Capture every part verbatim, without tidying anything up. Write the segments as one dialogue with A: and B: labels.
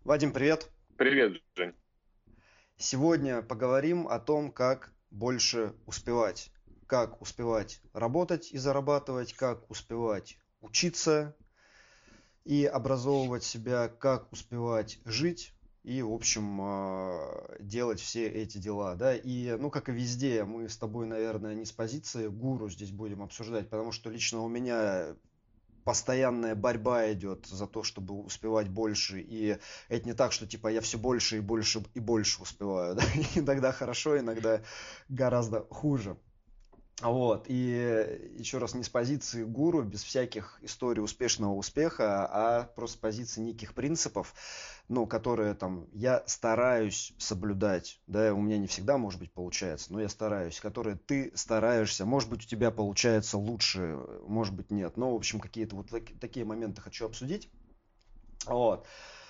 A: Вадим, привет!
B: Привет, Жень.
A: Сегодня поговорим о том, как больше успевать. Как успевать работать и зарабатывать, как успевать учиться и образовывать себя, как успевать жить и, в общем, а, делать все эти дела, да, и, ну, как и везде, мы с тобой, наверное, не с позиции гуру здесь будем обсуждать, потому что лично у меня постоянная борьба идет за то, чтобы успевать больше, и это не так, что типа я все больше и больше и больше успеваю, да? Иногда хорошо, иногда гораздо хуже. Вот, и еще раз, не с позиции гуру, без всяких историй успешного успеха, а просто с позиции неких принципов, ну, которые там я стараюсь соблюдать, да, у меня не всегда, может быть, получается, но я стараюсь, которые ты стараешься, может быть, у тебя получается лучше, может быть, нет, но, в общем, какие-то вот такие моменты хочу обсудить, вот.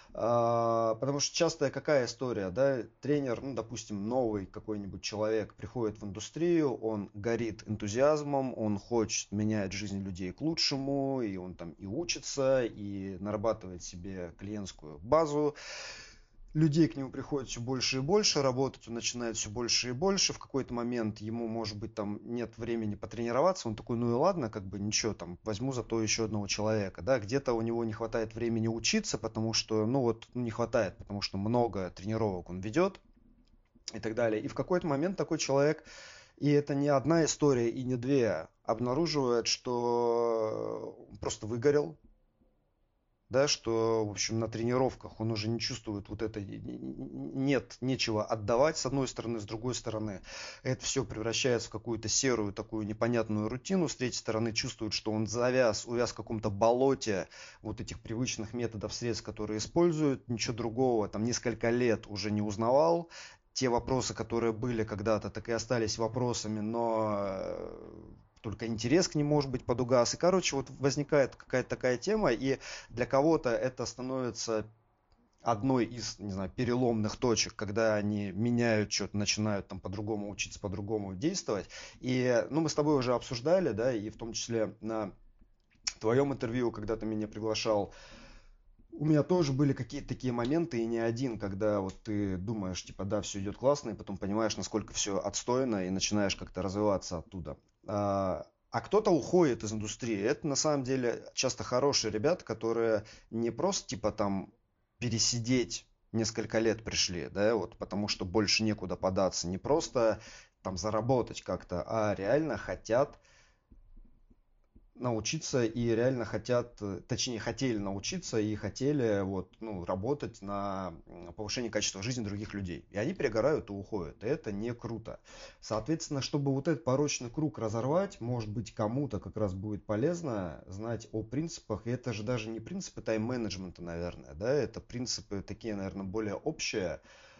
A: А, потому что часто какая история, да, тренер, ну, допустим, новый какой-нибудь человек приходит в индустрию, он горит энтузиазмом, он хочет менять жизнь людей к лучшему, и он там и учится, и нарабатывает себе клиентскую базу, людей к нему приходит все больше и больше, работать он начинает все больше и больше, в какой-то момент ему, может быть, там нет времени потренироваться, он такой, ну и ладно, как бы ничего, там, возьму зато еще одного человека, да, где-то у него не хватает времени учиться, потому что, ну вот, ну, не хватает, потому что много тренировок он ведет и так далее, и в какой-то момент такой человек, и это не одна история и не две, обнаруживает, что просто выгорел, да, что, в общем, на тренировках он уже не чувствует вот это, нет, нечего отдавать с одной стороны, с другой стороны это все превращается в какую-то серую такую непонятную рутину, с третьей стороны чувствует, что он завяз, увяз в каком-то болоте вот этих привычных методов, средств, которые используют, ничего другого, там несколько лет уже не узнавал, те вопросы, которые были когда-то, так и остались вопросами, но только интерес к ним может быть подугас. И, короче, вот возникает какая-то такая тема, и для кого-то это становится одной из, не знаю, переломных точек, когда они меняют что-то, начинают там по-другому учиться, по-другому действовать. И, ну, мы с тобой уже обсуждали, да, и в том числе на твоем интервью, когда ты меня приглашал, у меня тоже были какие-то такие моменты, и не один, когда вот ты думаешь, типа, да, все идет классно, и потом понимаешь, насколько все отстойно, и начинаешь как-то развиваться оттуда. А, а кто-то уходит из индустрии. Это на самом деле часто хорошие ребята, которые не просто типа там пересидеть несколько лет пришли, да, вот потому что больше некуда податься, не просто там заработать как-то, а реально хотят научиться и реально хотят, э, точнее хотели научиться и хотели вот, ну, работать на повышение качества жизни других людей. И они перегорают и уходят. И это не круто. Соответственно, чтобы вот этот порочный круг разорвать, может быть, кому-то как раз будет полезно знать о принципах. И это же даже не принципы тайм-менеджмента, наверное, да, это принципы такие, наверное, более общие,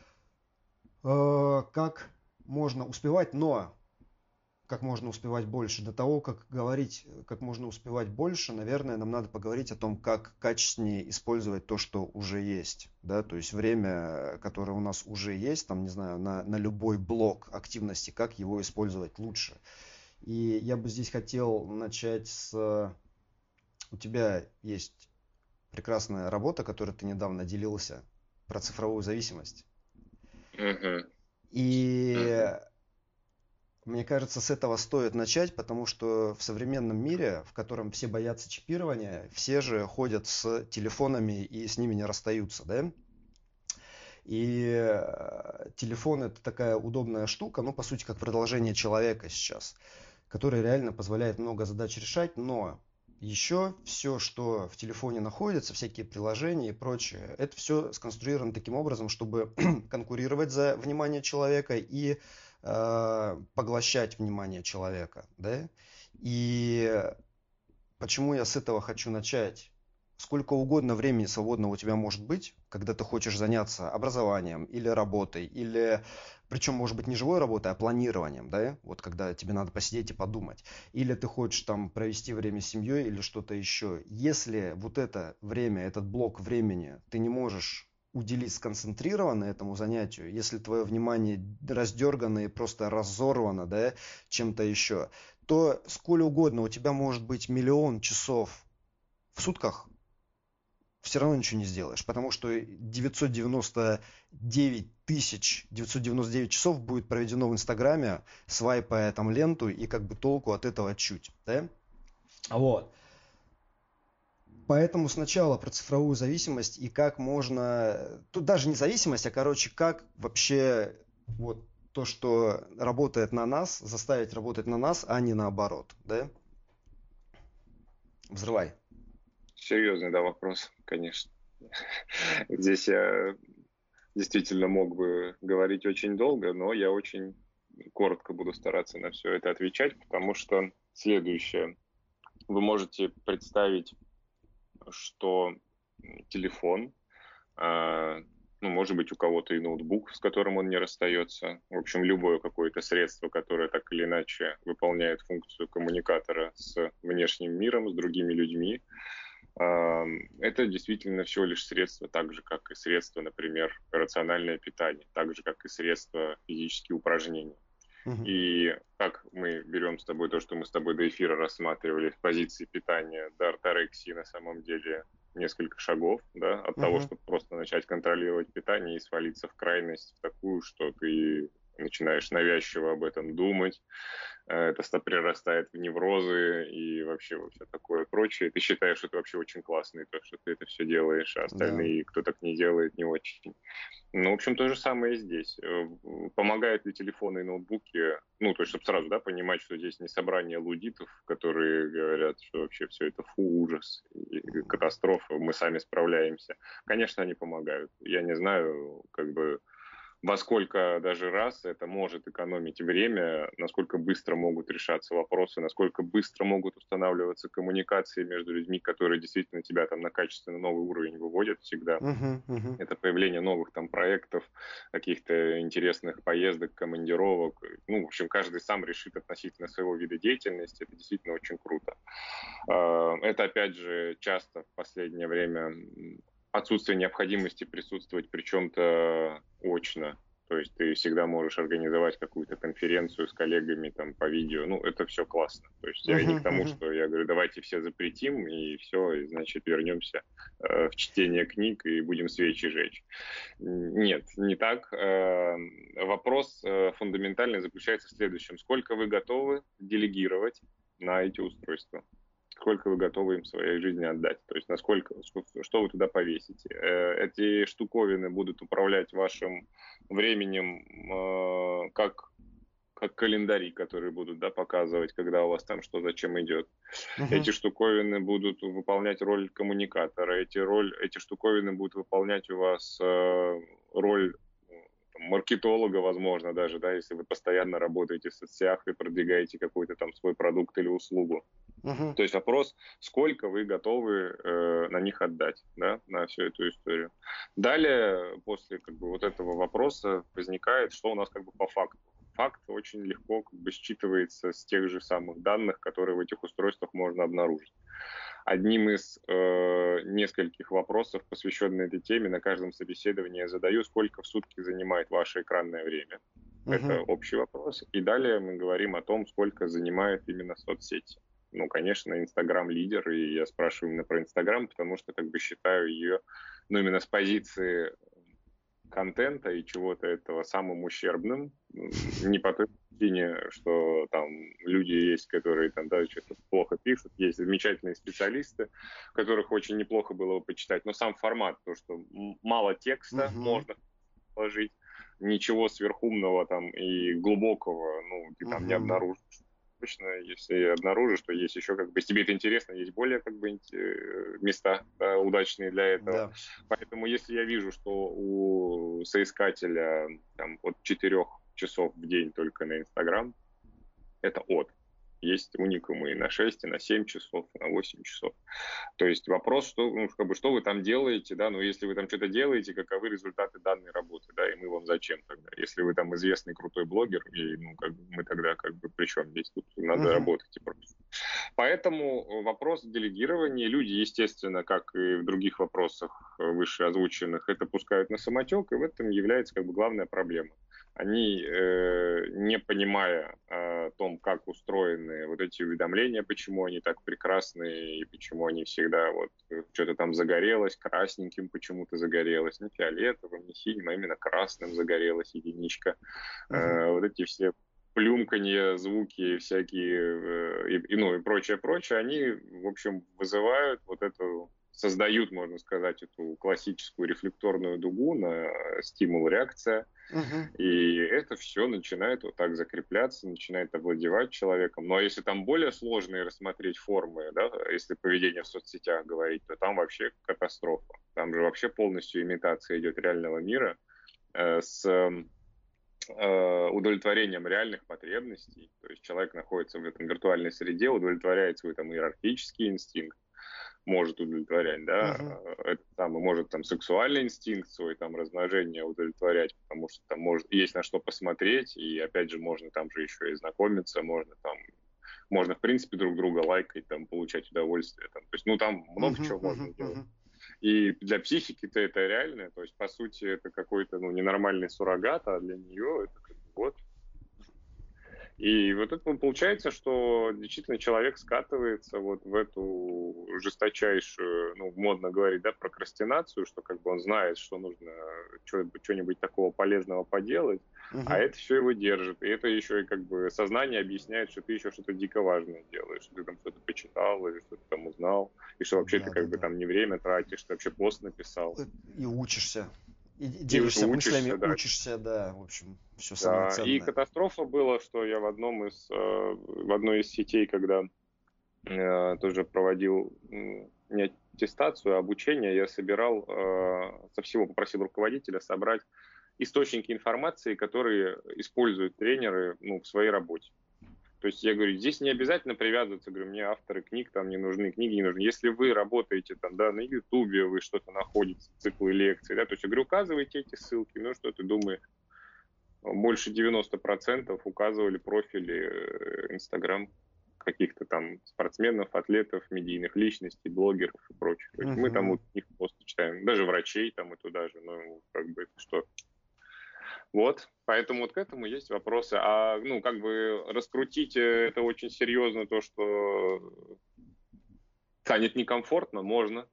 A: э, как можно успевать, но как можно успевать больше. До того, как говорить, как можно успевать больше, наверное, нам надо поговорить о том, как качественнее использовать то, что уже есть. Да? То есть время, которое у нас уже есть, там, не знаю, на, на любой блок активности, как его использовать лучше. И я бы здесь хотел начать с... У тебя есть прекрасная работа, которой ты недавно делился, про цифровую зависимость.
B: Мгм,
A: И
B: мгм.
A: мне кажется, с этого стоит начать, потому что в современном мире, в котором все боятся чипирования, все же ходят с телефонами и с ними не расстаются, да? И э, телефон это такая удобная штука, ну, по сути, как продолжение человека сейчас, которая реально позволяет много задач решать, но еще все, что в телефоне находится, всякие приложения и прочее, это все сконструировано таким образом, чтобы конкурировать за внимание человека и э, поглощать внимание человека, да? И почему я с этого хочу начать? Сколько угодно времени свободного у тебя может быть, когда ты хочешь заняться образованием или работой, или, причем, может быть, не живой работой, а планированием, да, вот когда тебе надо посидеть и подумать, или ты хочешь там провести время с семьей или что-то еще. Если вот это время, этот блок времени ты не можешь уделить сконцентрированно этому занятию, если твое внимание раздергано и просто разорвано, да, чем-то еще, то сколь угодно у тебя может быть миллион часов в сутках, все равно ничего не сделаешь, потому что девятьсот девяносто девять тысяч девятьсот девяносто девять часов будет проведено в Инстаграме, свайпая там ленту, и как бы толку от этого чуть, да? Вот. Поэтому сначала про цифровую зависимость и как можно... Тут даже не зависимость, а, короче, как вообще вот то, что работает на нас, заставить работать на нас, а не наоборот, да? Взрывай.
B: Серьезный, да, вопрос, конечно. Здесь я действительно мог бы говорить очень долго, но я очень коротко буду стараться на все это отвечать, потому что следующее. Вы можете представить, что телефон, ну, может быть, у кого-то и ноутбук, с которым он не расстается. В общем, любое какое-то средство, которое так или иначе выполняет функцию коммуникатора с внешним миром, с другими людьми. Это действительно всего лишь средство, так же, как и средство, например, рациональное питание, так же, как и средство физические упражнения. Uh-huh. И как мы берем с тобой то, что мы с тобой до эфира рассматривали в позиции питания до орторексии, на самом деле несколько шагов, да, от uh-huh. того, чтобы просто начать контролировать питание и свалиться в крайность в такую, что ты начинаешь навязчиво об этом думать, это прирастает в неврозы и вообще во все такое прочее. Ты считаешь, что это вообще очень классно, и то, что ты это все делаешь, а остальные, да. кто так не делает, не очень. Ну, в общем, то же самое и здесь. Помогают ли телефоны и ноутбуки? Ну, то есть, чтобы сразу, да, понимать, что здесь не собрание лудитов, которые говорят, что вообще все это фу, ужас, и катастрофа, мы сами справляемся. Конечно, они помогают. Я не знаю, как бы, во сколько даже раз это может экономить время, насколько быстро могут решаться вопросы, насколько быстро могут устанавливаться коммуникации между людьми, которые действительно тебя там на качественно новый уровень выводят всегда. Uh-huh, uh-huh. Это появление новых там проектов, каких-то интересных поездок, командировок. Ну, в общем, каждый сам решит относительно своего вида деятельности. Это действительно очень круто. Это, опять же, часто в последнее время отсутствие необходимости присутствовать при чем-то очно. То есть ты всегда можешь организовать какую-то конференцию с коллегами там по видео. Ну, это все классно. То есть я uh-huh, не к тому, uh-huh. что я говорю, давайте все запретим, и все, и, значит, вернемся э, в чтение книг и будем свечи жечь. Нет, не так. Э, вопрос э, фундаментальный заключается в следующем. Сколько вы готовы делегировать на эти устройства? Сколько вы готовы им в своей жизни отдать, то есть насколько, что вы туда повесите. Эти штуковины будут управлять вашим временем как, как календари, которые будут, да, показывать, когда у вас там что зачем идет. Uh-huh. Эти штуковины будут выполнять роль коммуникатора, эти, роль, эти штуковины будут выполнять у вас роль маркетолога, возможно, даже, да, если вы постоянно работаете в соцсетях и продвигаете какой-то там свой продукт или услугу. Uh-huh. То есть вопрос, сколько вы готовы э, на них отдать, да, на всю эту историю. Далее, после как бы вот этого вопроса возникает, что у нас как бы по факту. Факт очень легко как бы считывается с тех же самых данных, которые в этих устройствах можно обнаружить. Одним из э, нескольких вопросов, посвященных этой теме, на каждом собеседовании я задаю, сколько в сутки занимает ваше экранное время. Uh-huh. Это общий вопрос. И далее мы говорим о том, сколько занимает именно соцсети. Ну, конечно, Инстаграм лидер, и я спрашиваю именно про Инстаграм, потому что как бы считаю ее, ну, именно с позиции контента и чего-то этого самым ущербным. Не по той причине, что там люди есть, которые там, да, что-то плохо пишут, есть замечательные специалисты, которых очень неплохо было бы почитать, но сам формат, то, что мало текста uh-huh. можно положить, ничего сверхумного там и глубокого, ну, ты там uh-huh. не обнаружишь. Если обнаружишь, что есть еще, как бы, если тебе это интересно, есть более, как бы, места, да, удачные для этого. Да. Поэтому, если я вижу, что у соискателя там, от четырех часов в день только на Инстаграм, это от. Есть уникумы и на шесть, и на семь часов, и на восемь часов. То есть вопрос, что, ну, как бы, что вы там делаете, да, но если вы там что-то делаете, каковы результаты данной работы, да, и мы вам зачем тогда? Если вы там известный крутой блогер, и, ну, как бы, мы тогда, как бы, при чем здесь? Тут надо uh-huh. работать и просто. Поэтому вопрос делегирования люди, естественно, как и в других вопросах выше озвученных, это пускают на самотек, и в этом является как бы главная проблема. Они, э, не понимая о том, как устроены вот эти уведомления, почему они так прекрасны, и почему они всегда вот что-то там загорелось, красненьким почему-то загорелось, не фиолетовым, не синим, а именно красным загорелась единичка. Uh-huh. Э, вот эти все плюмканье, звуки всякие, и, и, ну, и прочее, прочее, они, в общем, вызывают вот эту, создают, можно сказать, эту классическую рефлекторную дугу на стимул-реакция, uh-huh. И это все начинает вот так закрепляться, начинает овладевать человеком. Ну, а если там более сложные рассмотреть формы, да, если поведение в соцсетях говорить, то там вообще катастрофа. Там же вообще полностью имитация идет реального мира э, с удовлетворением реальных потребностей. То есть человек находится в этом виртуальной среде, удовлетворяет свой там иерархический инстинкт, может удовлетворять, да, uh-huh. это самый, может там сексуальный инстинкт свой, там размножение удовлетворять, потому что там может, есть на что посмотреть, и опять же можно там же еще и знакомиться, можно там, можно в принципе друг друга лайкать, там, получать удовольствие, там, то есть, ну, там много uh-huh, чего uh-huh, можно uh-huh. делать. И для психики-то это реально, то есть, по сути, это какой-то, ну, ненормальный суррогат, а для нее это как бы вот. И вот это получается, что действительно человек скатывается вот в эту жесточайшую, ну, модно говорить, да, прокрастинацию, что как бы он знает, что нужно что-нибудь такого полезного поделать, uh-huh. а это все его держит. И это еще и как бы сознание объясняет, что ты еще что-то дико важное делаешь, что ты там что-то почитал или что-то там узнал, и что вообще да, ты как да, бы да. там не время тратишь, ты вообще пост написал.
A: И учишься. И делишься мыслями, учишься, да. учишься, да, в общем, все самое
B: да.
A: ценное.
B: И катастрофа была, что я в одном из, в одной из сетей, когда э, тоже проводил не аттестацию, а обучение, я собирал, э, со всего попросил руководителя собрать источники информации, которые используют тренеры, ну, в своей работе. То есть я говорю, здесь не обязательно привязываться, говорю, мне авторы книг там не нужны, книги не нужны. Если вы работаете там, да, на Ютубе, вы что-то находите, циклы лекций, да, то есть я говорю, указывайте эти ссылки, ну что ты думаешь, больше девяносто процентов указывали профили Инстаграм каких-то там спортсменов, атлетов, медийных личностей, блогеров и прочих. То есть uh-huh. мы там вот их просто читаем, даже врачей там и туда же, ну как бы что... Вот, поэтому вот к этому есть вопросы. А, ну, как бы раскрутить это очень серьезно, то, что станет некомфортно, можно.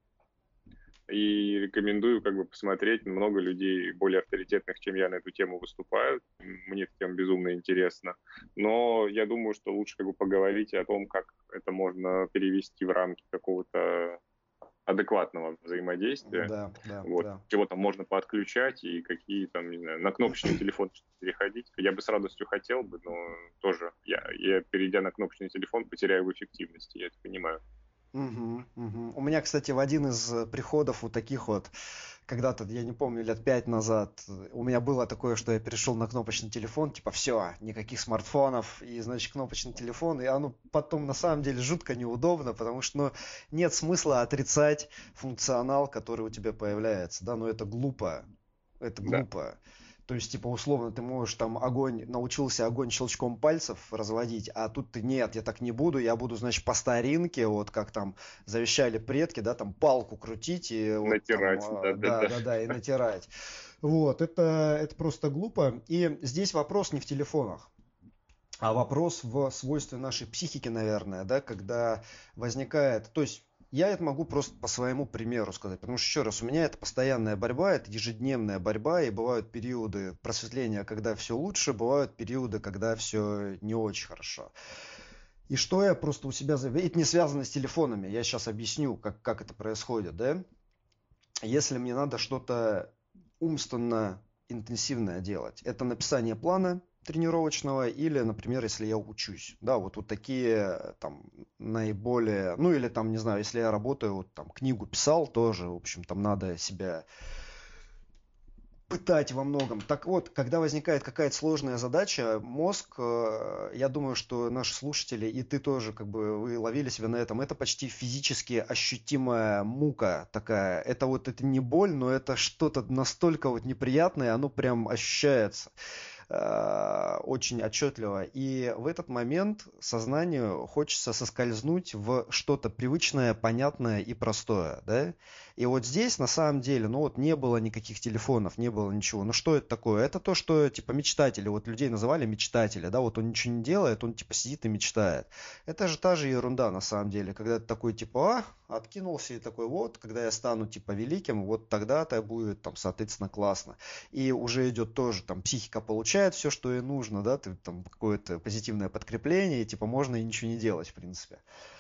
B: И рекомендую как бы посмотреть, много людей более авторитетных, чем я, на эту тему выступают. Мне эта тема безумно интересна. Но я думаю, что лучше как бы поговорить о том, как это можно перевести в рамки какого-то адекватного взаимодействия,
A: да, да,
B: вот,
A: да.
B: чего там можно подключать и какие там, не знаю, на кнопочный телефон переходить. Я бы с радостью хотел бы, но тоже я, я перейдя на кнопочный телефон, потеряю в эффективности, я это понимаю.
A: Угу, угу. У меня, кстати, в один из приходов вот таких вот, когда-то, я не помню, лет пять назад, у меня было такое, что я перешел на кнопочный телефон, типа все, никаких смартфонов, и, значит, кнопочный телефон, и оно потом на самом деле жутко неудобно, потому что, ну, нет смысла отрицать функционал, который у тебя появляется, да, но это глупо, это глупо. Да. То есть, типа, условно, ты можешь там огонь, научился огонь щелчком пальцев разводить, а тут ты, нет, я так не буду, я буду, значит, по старинке, вот как там завещали предки, да, там палку крутить и вот
B: натирать,
A: там,
B: да,
A: да,
B: да,
A: да, да, и натирать. Вот, это, это просто глупо. И здесь вопрос не в телефонах, а вопрос в свойстве нашей психики, наверное, да, когда возникает, то есть, я это могу просто по своему примеру сказать, потому что, еще раз, у меня это постоянная борьба, это ежедневная борьба, и бывают периоды просветления, когда все лучше, бывают периоды, когда все не очень хорошо. И что я просто у себя... Это не связано с телефонами, я сейчас объясню, как, как это происходит, да? Если мне надо что-то умственно интенсивное делать, это написание плана тренировочного или, например, если я учусь, да, вот, вот такие там наиболее, ну или там, не знаю, если я работаю, вот там книгу писал тоже, в общем, там надо себя пытать во многом. Так вот, когда возникает какая-то сложная задача, мозг, я думаю, что наши слушатели, и ты тоже, как бы, вы ловили себя на этом, это почти физически ощутимая мука такая. Это вот, это не боль, но это что-то настолько вот неприятное, оно прям ощущается. э, очень отчетливо. И в этот момент сознанию хочется соскользнуть в что-то привычное, понятное и простое, да? И вот здесь на самом деле, ну вот не было никаких телефонов, не было ничего. Ну что это такое? Это то, что типа мечтатели, вот людей называли мечтатели, да, вот он ничего не делает, он типа сидит и мечтает. Это же та же ерунда на самом деле, когда ты такой типа, а, откинулся и такой вот, когда я стану типа великим, вот тогда-то будет там, соответственно, классно. И уже идет тоже, там, психика получает все, что ей нужно, да, ты там какое-то позитивное подкрепление, и типа можно и ничего не делать, в принципе.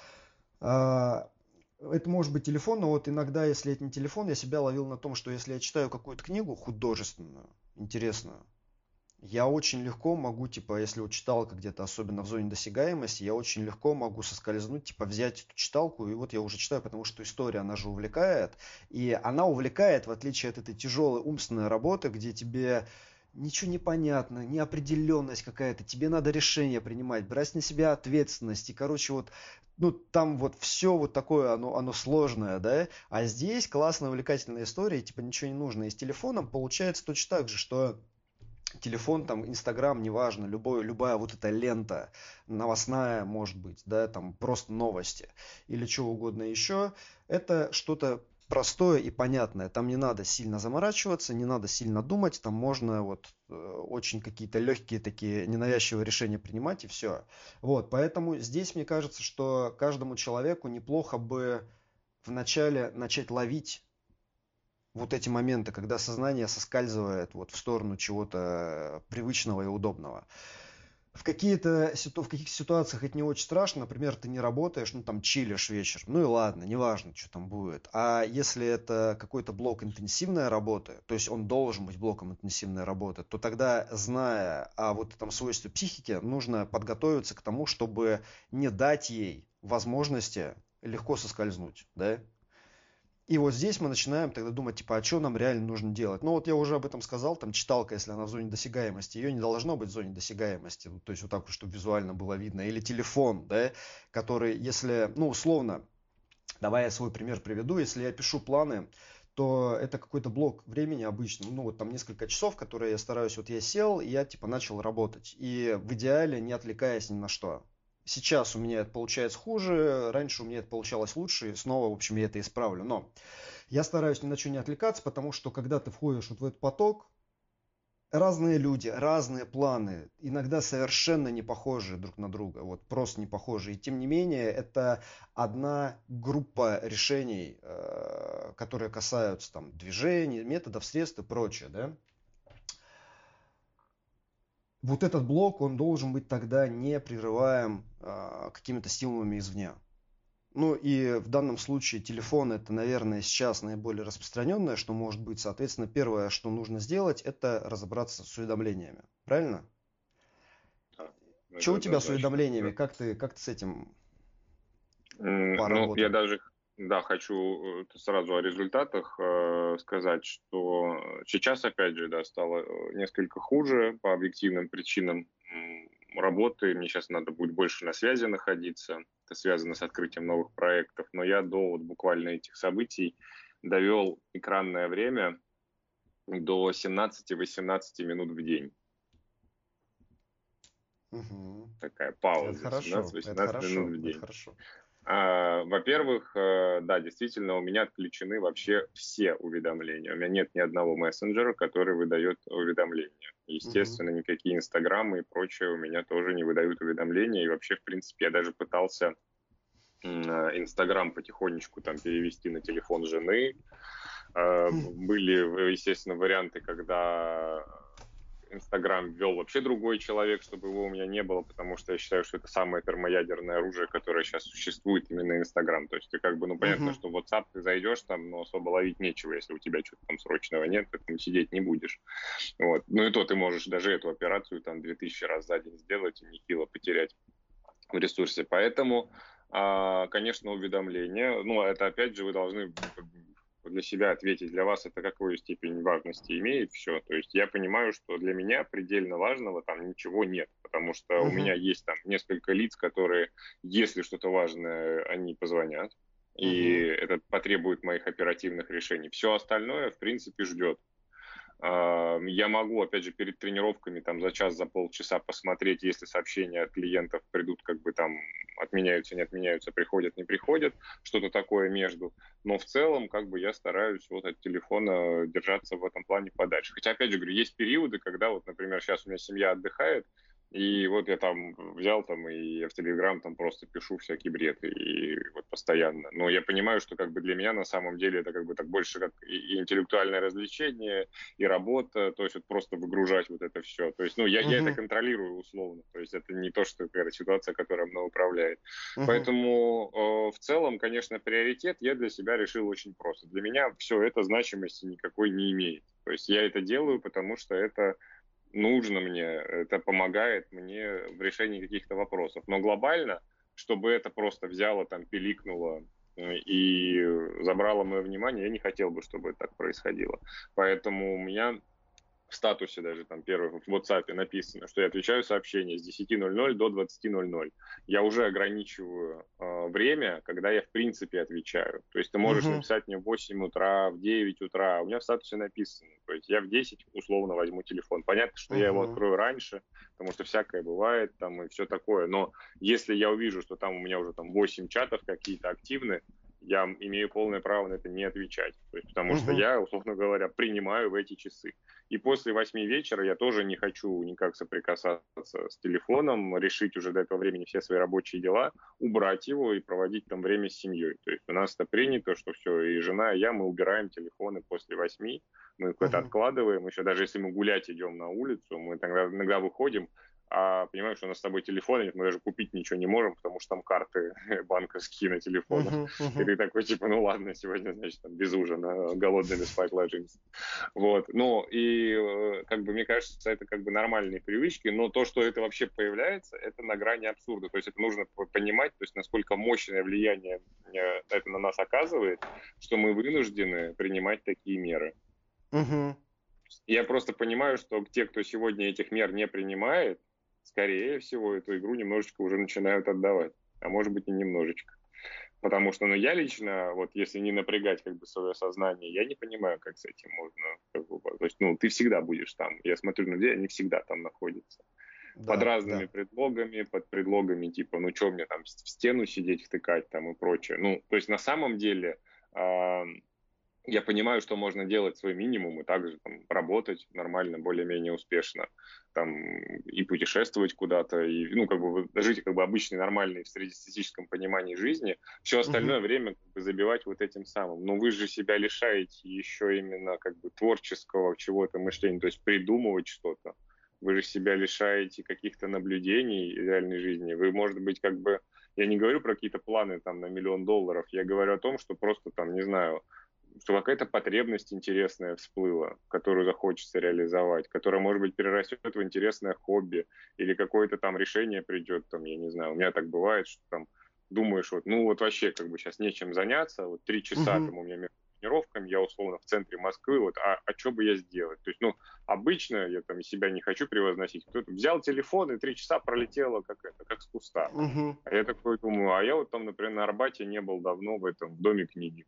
A: А, Это может быть телефон, но вот иногда, если это не телефон, я себя ловил на том, что если я читаю какую-то книгу художественную, интересную, я очень легко могу, типа, если вот читалка где-то, особенно в зоне досягаемости, я очень легко могу соскользнуть, типа, взять эту читалку, и вот я уже читаю, потому что история, она же увлекает, и она увлекает, в отличие от этой тяжелой умственной работы, где тебе ничего не понятно, неопределенность какая-то, тебе надо решение принимать, брать на себя ответственность, и, короче, вот, ну, там вот все вот такое, оно, оно сложное, да, а здесь классная, увлекательная история, типа, ничего не нужно, и с телефоном получается точно так же, что телефон, там, Инстаграм, неважно, любой, любая вот эта лента новостная, может быть, да, там просто новости или что угодно еще, это что-то простое и понятное. Там не надо сильно заморачиваться, не надо сильно думать, там можно вот э, очень какие-то легкие такие ненавязчивые решения принимать и все. Вот, поэтому здесь мне кажется, что каждому человеку неплохо бы вначале начать ловить вот эти моменты, когда сознание соскальзывает вот в сторону чего-то привычного и удобного. В, какие-то, в каких-то ситуациях это не очень страшно, например, ты не работаешь, ну там чилишь вечер, ну и ладно, неважно, что там будет. А если это какой-то блок интенсивной работы, то есть он должен быть блоком интенсивной работы, то тогда, зная о вот этом свойстве психики, нужно подготовиться к тому, чтобы не дать ей возможности легко соскользнуть, да? И вот здесь мы начинаем тогда думать, типа, а что нам реально нужно делать? Ну вот я уже об этом сказал, там читалка, если она в зоне досягаемости, ее не должно быть в зоне досягаемости, ну, то есть вот так вот, чтобы визуально было видно. Или телефон, да, который, если, ну условно, давай я свой пример приведу, если я пишу планы, то это какой-то блок времени обычно, ну вот там несколько часов, которые я стараюсь, вот я сел, и я типа начал работать, и в идеале не отвлекаясь ни на что. Сейчас у меня это получается хуже, раньше у меня это получалось лучше, и снова, в общем, я это исправлю. Но я стараюсь ни на что не отвлекаться, потому что когда ты входишь вот в этот поток, разные люди, разные планы, иногда совершенно не похожи друг на друга, вот просто не похожи. И тем не менее, это одна группа решений, э, которые касаются там движений, методов, средств и прочее, да. Вот этот блок, он должен быть тогда не прерываем э, какими-то стимулами извне. Ну и в данном случае телефон это, наверное, сейчас наиболее распространенное, что может быть. Соответственно, первое, что нужно сделать, это разобраться с уведомлениями. Правильно?
B: Да,
A: Что
B: это
A: у тебя с
B: однозначно.
A: уведомлениями? Как ты, как ты с этим
B: Ну, я
A: поработал?
B: даже, да, хочу э, сразу о результатах э, сказать, что сейчас, опять же, да, стало э, несколько хуже по объективным причинам м, работы. Мне сейчас надо будет больше на связи находиться. Это связано с открытием новых проектов. Но я до вот буквально этих событий довел экранное время до семнадцати-восемнадцати минут в день.
A: Угу.
B: Такая
A: Это
B: пауза,
A: хорошо, это
B: семнадцать-восемнадцать минут
A: хорошо,
B: в
A: это
B: день.
A: хорошо.
B: А, Во-первых, э, да, действительно, у меня отключены вообще все уведомления. У меня нет ни одного мессенджера, который выдает уведомления.
A: Угу.
B: Естественно, никакие инстаграмы и прочее у меня тоже не выдают уведомления. И вообще, в принципе, я даже пытался инстаграм потихонечку там перевести на телефон жены. Э, Были, естественно, варианты, когда Инстаграм ввел вообще другой человек, чтобы его у меня не было, потому что я считаю, что это самое термоядерное оружие, которое сейчас существует, именно Инстаграм. То есть ты как бы, ну, понятно,
A: Угу.
B: что в WhatsApp ты зайдешь там, но особо ловить нечего, если у тебя что-то там срочного нет, ты там сидеть не будешь. Вот. Ну и то ты можешь даже эту операцию там две тысячи раз за день сделать и нехило потерять в ресурсе. Поэтому, конечно, уведомления, ну, это опять же вы должны для себя ответить, для вас это какую степень важности имеет все. То есть я понимаю, что для меня предельно важного там ничего нет, потому что у
A: Угу.
B: меня есть там несколько лиц, которые, если что-то важное, они позвонят, и
A: Угу.
B: это потребует моих оперативных решений. Все остальное, в принципе, ждет. Я могу, опять же, перед тренировками там за час, за полчаса посмотреть, если сообщения от клиентов придут, как бы там отменяются, не отменяются, приходят, не приходят, что-то такое между. Но в целом, как бы я стараюсь вот от телефона держаться в этом плане подальше. Хотя, опять же, говорю, есть периоды, когда вот, например, сейчас у меня семья отдыхает, и вот я там взял там и я в Телеграм там просто пишу всякий бред и вот постоянно. Но я понимаю, что как бы для меня на самом деле это как бы так больше как и интеллектуальное развлечение, и работа, то есть вот просто выгружать вот это все. То есть, ну, я, я это
A: Угу.
B: контролирую условно. То есть это не то, что какая-то ситуация, которая мной управляет.
A: Угу.
B: Поэтому э, в целом, конечно, приоритет я для себя решил очень просто. Для меня все это значимости никакой не имеет. То есть я это делаю, потому что это нужно мне, это помогает мне в решении каких-то вопросов. Но глобально, чтобы это просто взяло, там, пиликнуло и забрало мое внимание, я не хотел бы, чтобы это так происходило. Поэтому у меня в статусе даже там первый в WhatsApp написано, что я отвечаю сообщения с десяти ноль ноль до двадцати ноль ноль. Я уже ограничиваю э, время, когда я в принципе отвечаю. То есть ты можешь
A: Угу.
B: написать мне в восемь утра, в девять утра, а у меня в статусе написано. То есть я в десять условно возьму телефон. Понятно, что я его
A: Угу.
B: открою раньше, потому что всякое бывает там и все такое. Но если я увижу, что там у меня уже там восемь чатов какие-то активны, я имею полное право на это не отвечать. То есть, потому что
A: Угу.
B: я, условно говоря, принимаю в эти часы. И после восьми вечера я тоже не хочу никак соприкасаться с телефоном, решить уже до этого времени все свои рабочие дела, убрать его и проводить там время с семьей. То есть у нас это принято, что все, и жена, и я, мы убираем телефоны после восьми, мы это
A: Угу.
B: откладываем. Еще даже если мы гулять идем на улицу, мы тогда иногда выходим, а понимаем, что у нас с собой телефона нет, мы даже купить ничего не можем, потому что там карты банковские на телефонах.
A: Угу.
B: И
A: Угу.
B: ты такой, типа, ну ладно, сегодня, значит, там без ужина, голодными спать ложимся. Вот, ну, и э, как бы, мне кажется, это как бы нормальные привычки, но то, что это вообще появляется, это на грани абсурда. То есть это нужно понимать, то есть насколько мощное влияние э, это на нас оказывает, что мы вынуждены принимать такие меры.
A: Угу.
B: Я просто понимаю, что те, кто сегодня этих мер не принимает, скорее всего, эту игру немножечко уже начинают отдавать, а может быть и немножечко. Потому что, ну, я лично, вот если не напрягать как бы свое сознание, я не понимаю, как с этим можно, как бы, то есть, ну, ты всегда будешь там. Я смотрю на людей, они всегда там находятся. Под
A: Да,
B: разными
A: да.
B: предлогами, под предлогами типа, ну, что мне там в стену сидеть, втыкать там и прочее. Ну, то есть на самом деле э, я понимаю, что можно делать свой минимум и также там, работать нормально, более-менее успешно, там, и путешествовать куда-то, и, ну, как бы жить как бы обычной, нормальной в среднестатистическом понимании жизни, все
A: Угу.
B: остальное время как бы забивать вот этим самым. Но вы же себя лишаете еще именно как бы творческого чего-то мышления, то есть придумывать что-то. Вы же себя лишаете каких-то наблюдений реальной жизни. Вы, может быть, как бы... Я не говорю про какие-то планы там на миллион долларов, я говорю о том, что просто там, не знаю, что какая-то потребность интересная всплыла, которую захочется реализовать, которая, может быть, перерастет в интересное хобби, или какое-то там решение придет, там, я не знаю, у меня так бывает, что там думаешь, вот, ну вот вообще как бы сейчас нечем заняться, вот три часа
A: Угу.
B: там у меня между тренировками, я условно в центре Москвы, вот, а, а что бы я сделать? То есть, ну, обычно я там себя не хочу превозносить, кто-то взял телефон и три часа пролетело как это, как с куста.
A: Угу.
B: А я такой думаю, а я вот там, например, на Арбате не был давно в этом, в Доме книги.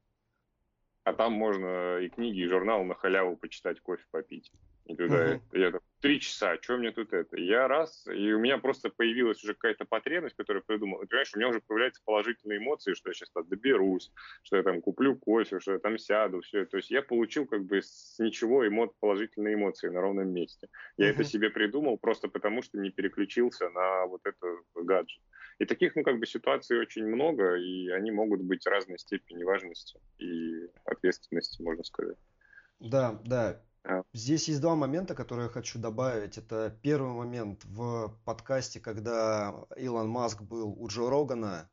B: А там можно и книги, и журнал на халяву почитать, кофе попить. И туда
A: Угу.
B: я так, три часа, что мне тут это? Я раз, и у меня просто появилась уже какая-то потребность, которую я придумал. И, понимаешь, у меня уже появляются положительные эмоции, что я сейчас там доберусь, что я там куплю кофе, что я там сяду, все. То есть я получил как бы с ничего эмо... положительные эмоции на ровном месте. Я это
A: Угу.
B: себе придумал просто потому, что не переключился на вот этот гаджет. И таких, ну, как бы ситуаций очень много, и они могут быть разной степени важности и ответственности, можно сказать.
A: Да, да.
B: А,
A: Здесь есть два момента, которые я хочу добавить. Это первый момент в подкасте, когда Илон Маск был у Джо Рогана,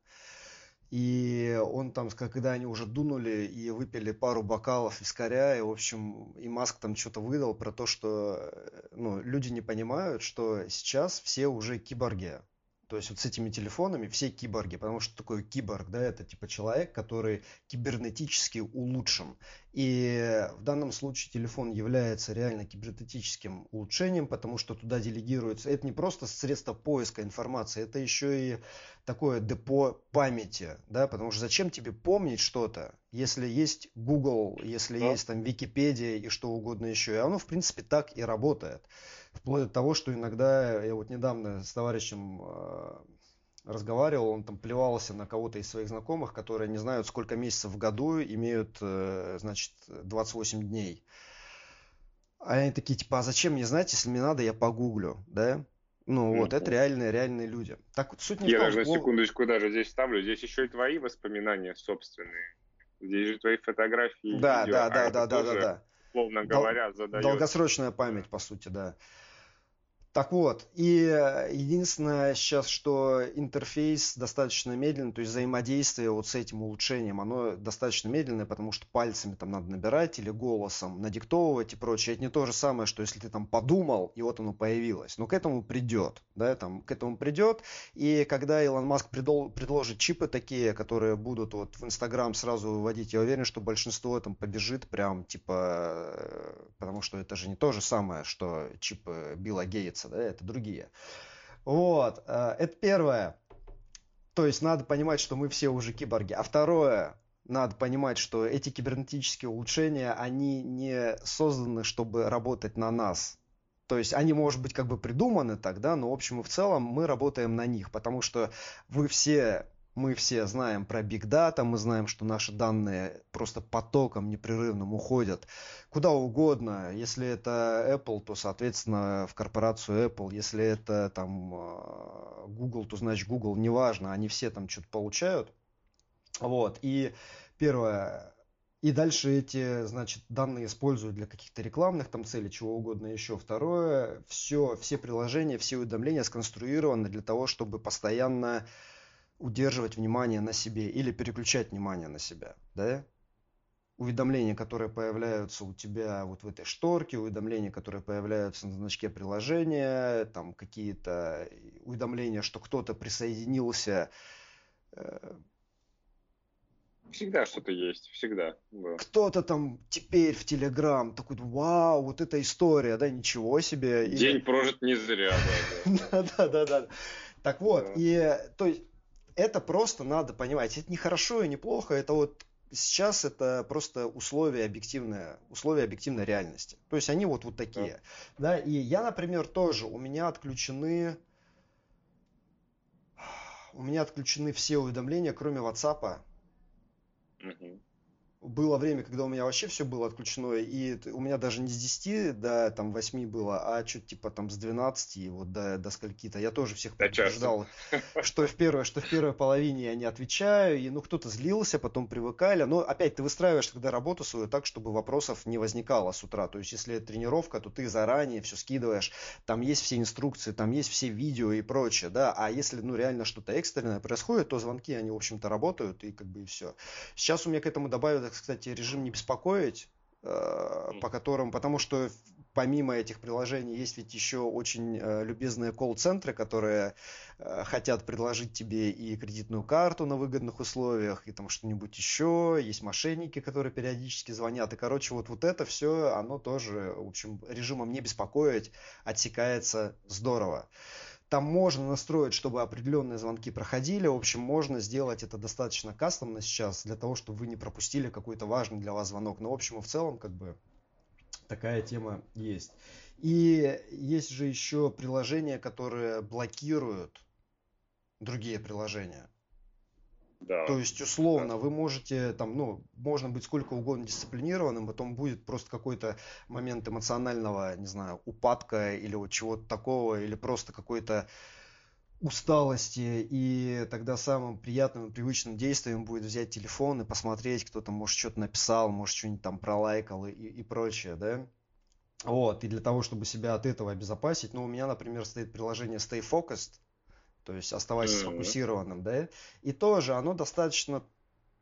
A: и он там, когда они уже дунули и выпили пару бокалов вискаря, и, в общем, и Маск там что-то выдал про то, что, э, ну, люди не понимают, что сейчас все уже киборги. То есть вот с этими телефонами все киборги, потому что такое киборг, да, это типа человек, который кибернетически улучшен. И в данном случае телефон является реально кибернетическим улучшением, потому что туда делегируется, это не просто средство поиска информации, это еще и такое депо памяти, да, потому что зачем тебе помнить что-то, если есть Google, если
B: Да.
A: есть там Википедия и что угодно еще, и оно в принципе так и работает. Вплоть до того, что иногда, я вот недавно с товарищем э, разговаривал, он там плевался на кого-то из своих знакомых, которые не знают, сколько месяцев в году имеют, э, значит, двадцать восемь дней. А они такие, типа, а зачем мне знать, если мне надо, я погуглю, да? Ну вот, это
B: Мгм.
A: реальные, реальные люди. Так вот, суть не в
B: Я
A: том,
B: даже на
A: что...
B: секундочку даже здесь ставлю. Здесь еще и твои воспоминания собственные. Здесь же твои фотографии и
A: Да,
B: видео,
A: да,
B: а
A: да,
B: это
A: да, да, да,
B: тоже,
A: да.
B: условно
A: Дол-
B: говоря, задает...
A: долгосрочная
B: Да.
A: память, по сути, да. Так вот, и э, единственное сейчас, что интерфейс достаточно медленный, то есть взаимодействие вот с этим улучшением, оно достаточно медленное, потому что пальцами там надо набирать или голосом надиктовывать и прочее. Это не то же самое, что если ты там подумал, и вот оно появилось. Но к этому придет, да, там, к этому придет. И когда Илон Маск предол- предложит чипы такие, которые будут вот в Инстаграм сразу выводить, я уверен, что большинство там побежит прям, типа, э, потому что это же не то же самое, что чипы Билла Гейтса, да, это другие. Вот, э, это первое. То есть надо понимать, что мы все уже киборги. А второе, надо понимать, что эти кибернетические улучшения, они не созданы, чтобы работать на нас. То есть они, может быть, как бы придуманы так, да, но в общем и в целом мы работаем на них, потому что вы все, мы все знаем про Big Data, мы знаем, что наши данные просто потоком непрерывным уходят куда угодно. Если это Apple, то, соответственно, в корпорацию Apple. Если это там э, Google, то, значит, Google, неважно, они все там что-то получают. Вот, и первое, и дальше эти, значит, данные используют для каких-то рекламных там целей, чего угодно еще. Второе, все, все приложения, все уведомления сконструированы для того, чтобы постоянно удерживать внимание на себе или переключать внимание на себя, да? Уведомления, которые появляются у тебя вот в этой шторке, уведомления, которые появляются на значке приложения, там какие-то уведомления, что кто-то присоединился, э,
B: Всегда что-то есть, всегда. Да.
A: кто-то там теперь в Телеграм такой, вау, вот эта история, да, ничего себе. Или...
B: День прожит не зря, да, да,
A: Да, да, да, да. Так вот,
B: да.
A: и то есть это просто надо понимать. Это не хорошо и не плохо, это вот сейчас это просто условия объективные, условия объективной реальности. То есть они вот, вот
B: Да.
A: такие. Да, и я, например, тоже, у меня отключены, у меня отключены все уведомления, кроме WhatsApp.
B: Мгм.
A: Было время, когда у меня вообще все было отключено, и т- у меня даже не с десяти до там восьми было, а что-то типа там с двенадцати и вот до, до скольки-то. Я тоже всех
B: До часу.
A: предупреждал, что в первой, что в первой половине я не отвечаю, и ну кто-то злился, потом привыкали. Но опять ты выстраиваешь тогда работу свою так, чтобы вопросов не возникало с утра. То есть если это тренировка, то ты заранее все скидываешь, там есть все инструкции, там есть все видео и прочее, да. А если ну реально что-то экстренное происходит, то звонки, они в общем-то работают, и как бы и все. Сейчас у меня к этому добавили, кстати, режим не беспокоить, э, по которым, потому что помимо этих приложений есть ведь еще очень э, любезные колл-центры, которые э, хотят предложить тебе и кредитную карту на выгодных условиях, и там что-нибудь еще. Есть мошенники, которые периодически звонят. И, короче, вот, вот это все, оно тоже, в общем, режимом не беспокоить отсекается здорово. Там можно настроить, чтобы определенные звонки проходили. В общем, можно сделать это достаточно кастомно сейчас, для того, чтобы вы не пропустили какой-то важный для вас звонок. Но в общем и в целом, как бы, такая тема есть. И есть же еще приложения, которые блокируют другие приложения.
B: Да,
A: То есть,
B: да.
A: условно, вы можете, там, ну, можно быть сколько угодно дисциплинированным, потом будет просто какой-то момент эмоционального, не знаю, упадка или вот чего-то такого, или просто какой-то усталости, и тогда самым приятным и привычным действием будет взять телефон и посмотреть, кто там, может, что-то написал, может, что-нибудь там пролайкал и, и прочее, да? Вот, и для того, чтобы себя от этого обезопасить, ну, у меня, например, стоит приложение Stay Focused, то есть оставайся
B: Мгм.
A: сфокусированным, да, и тоже оно достаточно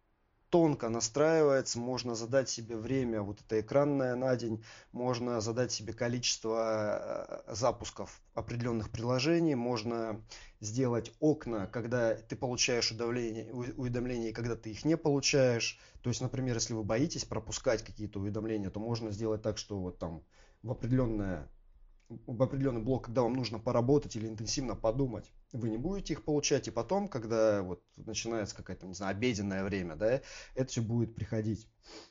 A: тонко настраивается, можно задать себе время, вот это экранное на день, можно задать себе количество запусков определенных приложений, можно сделать окна, когда ты получаешь уведомления, уведомления и когда ты их не получаешь. То есть, например, если вы боитесь пропускать какие-то уведомления, то можно сделать так, что вот там в определенное в определенный блок, когда вам нужно поработать или интенсивно подумать, вы не будете их получать, и потом, когда вот начинается какая-то, не знаю, обеденное время, да, это все будет приходить.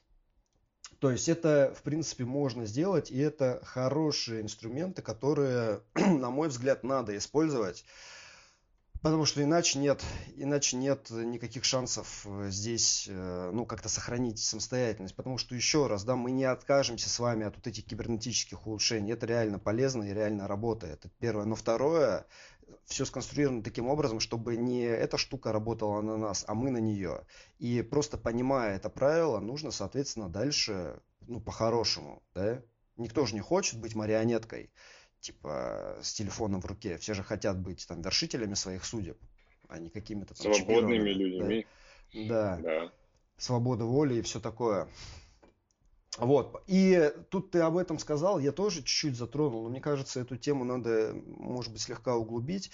A: То есть это, в принципе, можно сделать, и это хорошие инструменты, которые, на мой взгляд, надо использовать, потому что иначе нет, иначе нет никаких шансов здесь, ну, как-то сохранить самостоятельность. Потому что, еще раз, да, мы не откажемся с вами от вот этих кибернетических улучшений. Это реально полезно и реально работает. Это первое. Но второе, все сконструировано таким образом, чтобы не эта штука работала на нас, а мы на нее. И просто понимая это правило, нужно, соответственно, дальше, ну, по-хорошему, да. Никто же не хочет быть марионеткой, типа с телефоном в руке. Все же хотят быть там вершителями своих судеб, а не какими-то там
B: свободными
A: чемпионами.
B: людьми.
A: Да, да.
B: Да.
A: Свобода воли и все такое. Вот. И тут ты об этом сказал, я тоже чуть-чуть затронул, но мне кажется, эту тему надо, может быть, слегка углубить.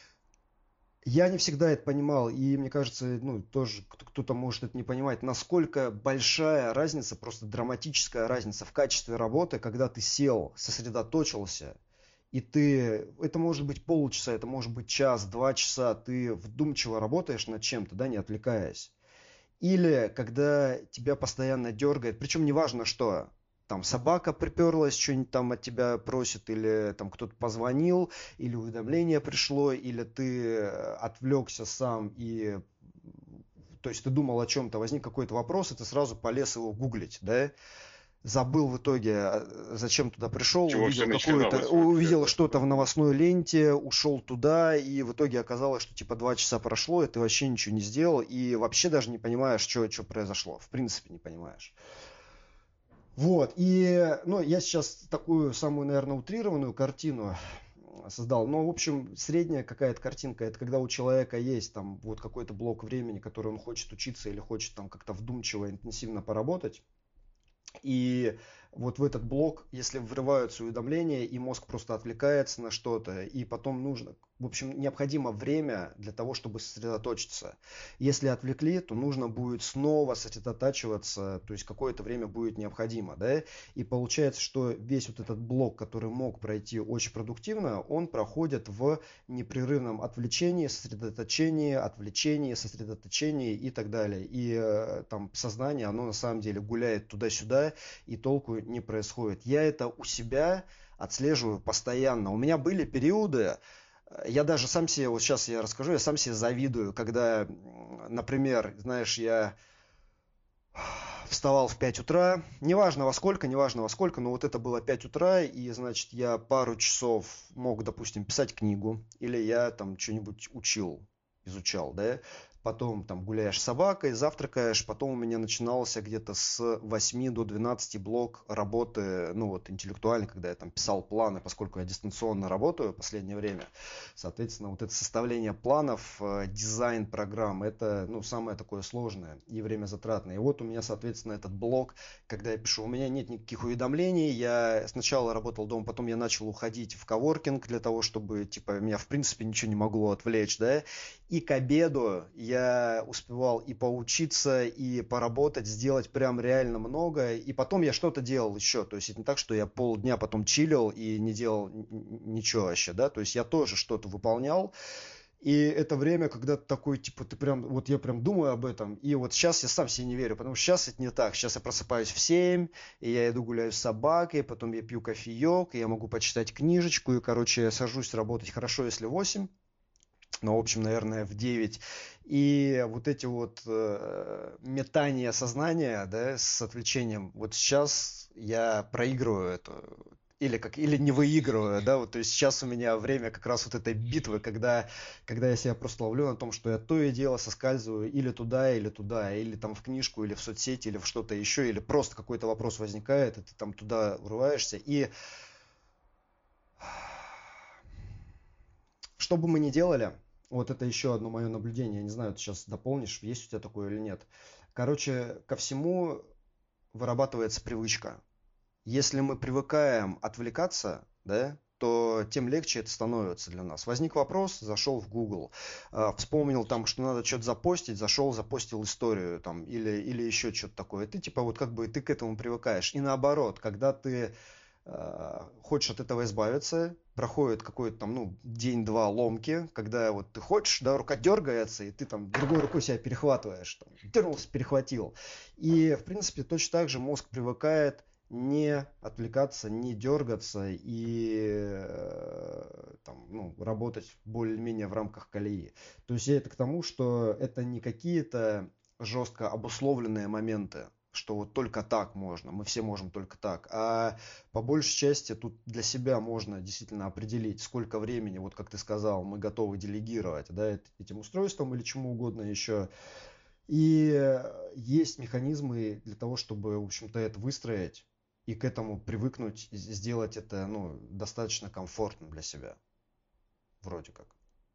A: Я не всегда это понимал, и мне кажется, ну, тоже кто-то может это не понимать, насколько большая разница, просто драматическая разница в качестве работы, когда ты сел, сосредоточился, и ты, это может быть полчаса, это может быть час, два часа, ты вдумчиво работаешь над чем-то, да, не отвлекаясь. Или когда тебя постоянно дергает, причем неважно что, там собака приперлась, что-нибудь там от тебя просит, или там кто-то позвонил, или уведомление пришло, или ты отвлекся сам и, то есть ты думал о чем-то, возник какой-то вопрос, и ты сразу полез его гуглить, да? Забыл в итоге, зачем туда пришел,
B: Чего
A: увидел какое-то, увидел вообще, что-то да? в новостной ленте, ушел туда, и в итоге оказалось, что типа два часа прошло, и ты вообще ничего не сделал, и вообще даже не понимаешь, что, что произошло. В принципе, не понимаешь. Вот, и, ну, я сейчас такую самую, наверное, утрированную картину создал. Но, в общем, средняя какая-то картинка, это когда у человека есть там вот какой-то блок времени, который он хочет учиться или хочет там как-то вдумчиво, интенсивно поработать. И вот в этот блок, если врываются уведомления, и мозг просто отвлекается на что-то, и потом нужно, в общем, необходимо время для того, чтобы сосредоточиться. Если отвлекли, то нужно будет снова сосредотачиваться, то есть какое-то время будет необходимо, да, и получается, что весь вот этот блок, который мог пройти очень продуктивно, он проходит в непрерывном отвлечении, сосредоточении, отвлечении, сосредоточении и так далее. И э, там сознание, оно на самом деле гуляет туда-сюда, и толку не происходит. Я это у себя отслеживаю постоянно. У меня были периоды, я даже сам себе, вот сейчас я расскажу, я сам себе завидую, когда, например, знаешь, я вставал в пять утра, неважно во сколько, неважно во сколько, но вот это было пять утра, и, значит, я пару часов мог, допустим, писать книгу, или я там что-нибудь учил, изучал, да, потом там гуляешь с собакой, завтракаешь, потом у меня начинался где-то с восьми до двенадцати блок работы, ну вот интеллектуальной, когда я там писал планы, поскольку я дистанционно работаю в последнее время, соответственно, вот это составление планов, дизайн программ, это, ну, самое такое сложное и время затратное. И вот у меня, соответственно, этот блок, когда я пишу, у меня нет никаких уведомлений, я сначала работал дома, потом я начал уходить в коворкинг для того, чтобы, типа, меня в принципе ничего не могло отвлечь, да, и к обеду я я успевал и поучиться, и поработать, сделать прям реально много, и потом я что-то делал еще, то есть это не так, что я полдня потом чилил и не делал ничего вообще, да, то есть я тоже что-то выполнял, и это время, когда ты такой, типа, ты прям, вот я прям думаю об этом, и вот сейчас я сам себе не верю, потому что сейчас это не так, сейчас я просыпаюсь в семь, и я иду гуляю с собакой, потом я пью кофеек, и я могу почитать книжечку, и, короче, я сажусь работать хорошо, если восемь, ну, в общем, наверное, в девять. И вот эти вот э, метания сознания, да, с отвлечением, вот сейчас я проигрываю это, или, как, или не выигрываю, да, вот, то есть сейчас у меня время как раз вот этой битвы, когда, когда я себя просто ловлю на том, что я то и дело соскальзываю или туда, или туда, или там в книжку, или в соцсети, или в что-то еще, или просто какой-то вопрос возникает, и ты там туда врываешься, и что бы мы ни делали, вот это еще одно мое наблюдение, я не знаю, ты сейчас дополнишь, есть у тебя такое или нет. Короче, ко всему вырабатывается привычка. Если мы привыкаем отвлекаться, да, то тем легче это становится для нас. Возник вопрос, зашел в Google, э, вспомнил там, что надо что-то запостить, зашел, запостил историю там или, или еще что-то такое. Ты типа вот как бы ты к этому привыкаешь. И наоборот, когда ты э, хочешь от этого избавиться, проходит какой-то там, ну, день-два ломки, когда вот ты хочешь, да, рука дергается, и ты там другой рукой себя перехватываешь, там, дернулся, перехватил. И, в принципе, точно так же мозг привыкает не отвлекаться, не дергаться и э, там, ну, работать более-менее в рамках колеи. То есть это к тому, что это не какие-то жестко обусловленные моменты, что вот только так можно, мы все можем только так, а по большей части тут для себя можно действительно определить, сколько времени, вот как ты сказал, мы готовы делегировать, да, этим устройством или чему угодно еще. И есть механизмы для того, чтобы, в общем-то, это выстроить и к этому привыкнуть, сделать это, ну, достаточно комфортно для себя, вроде как.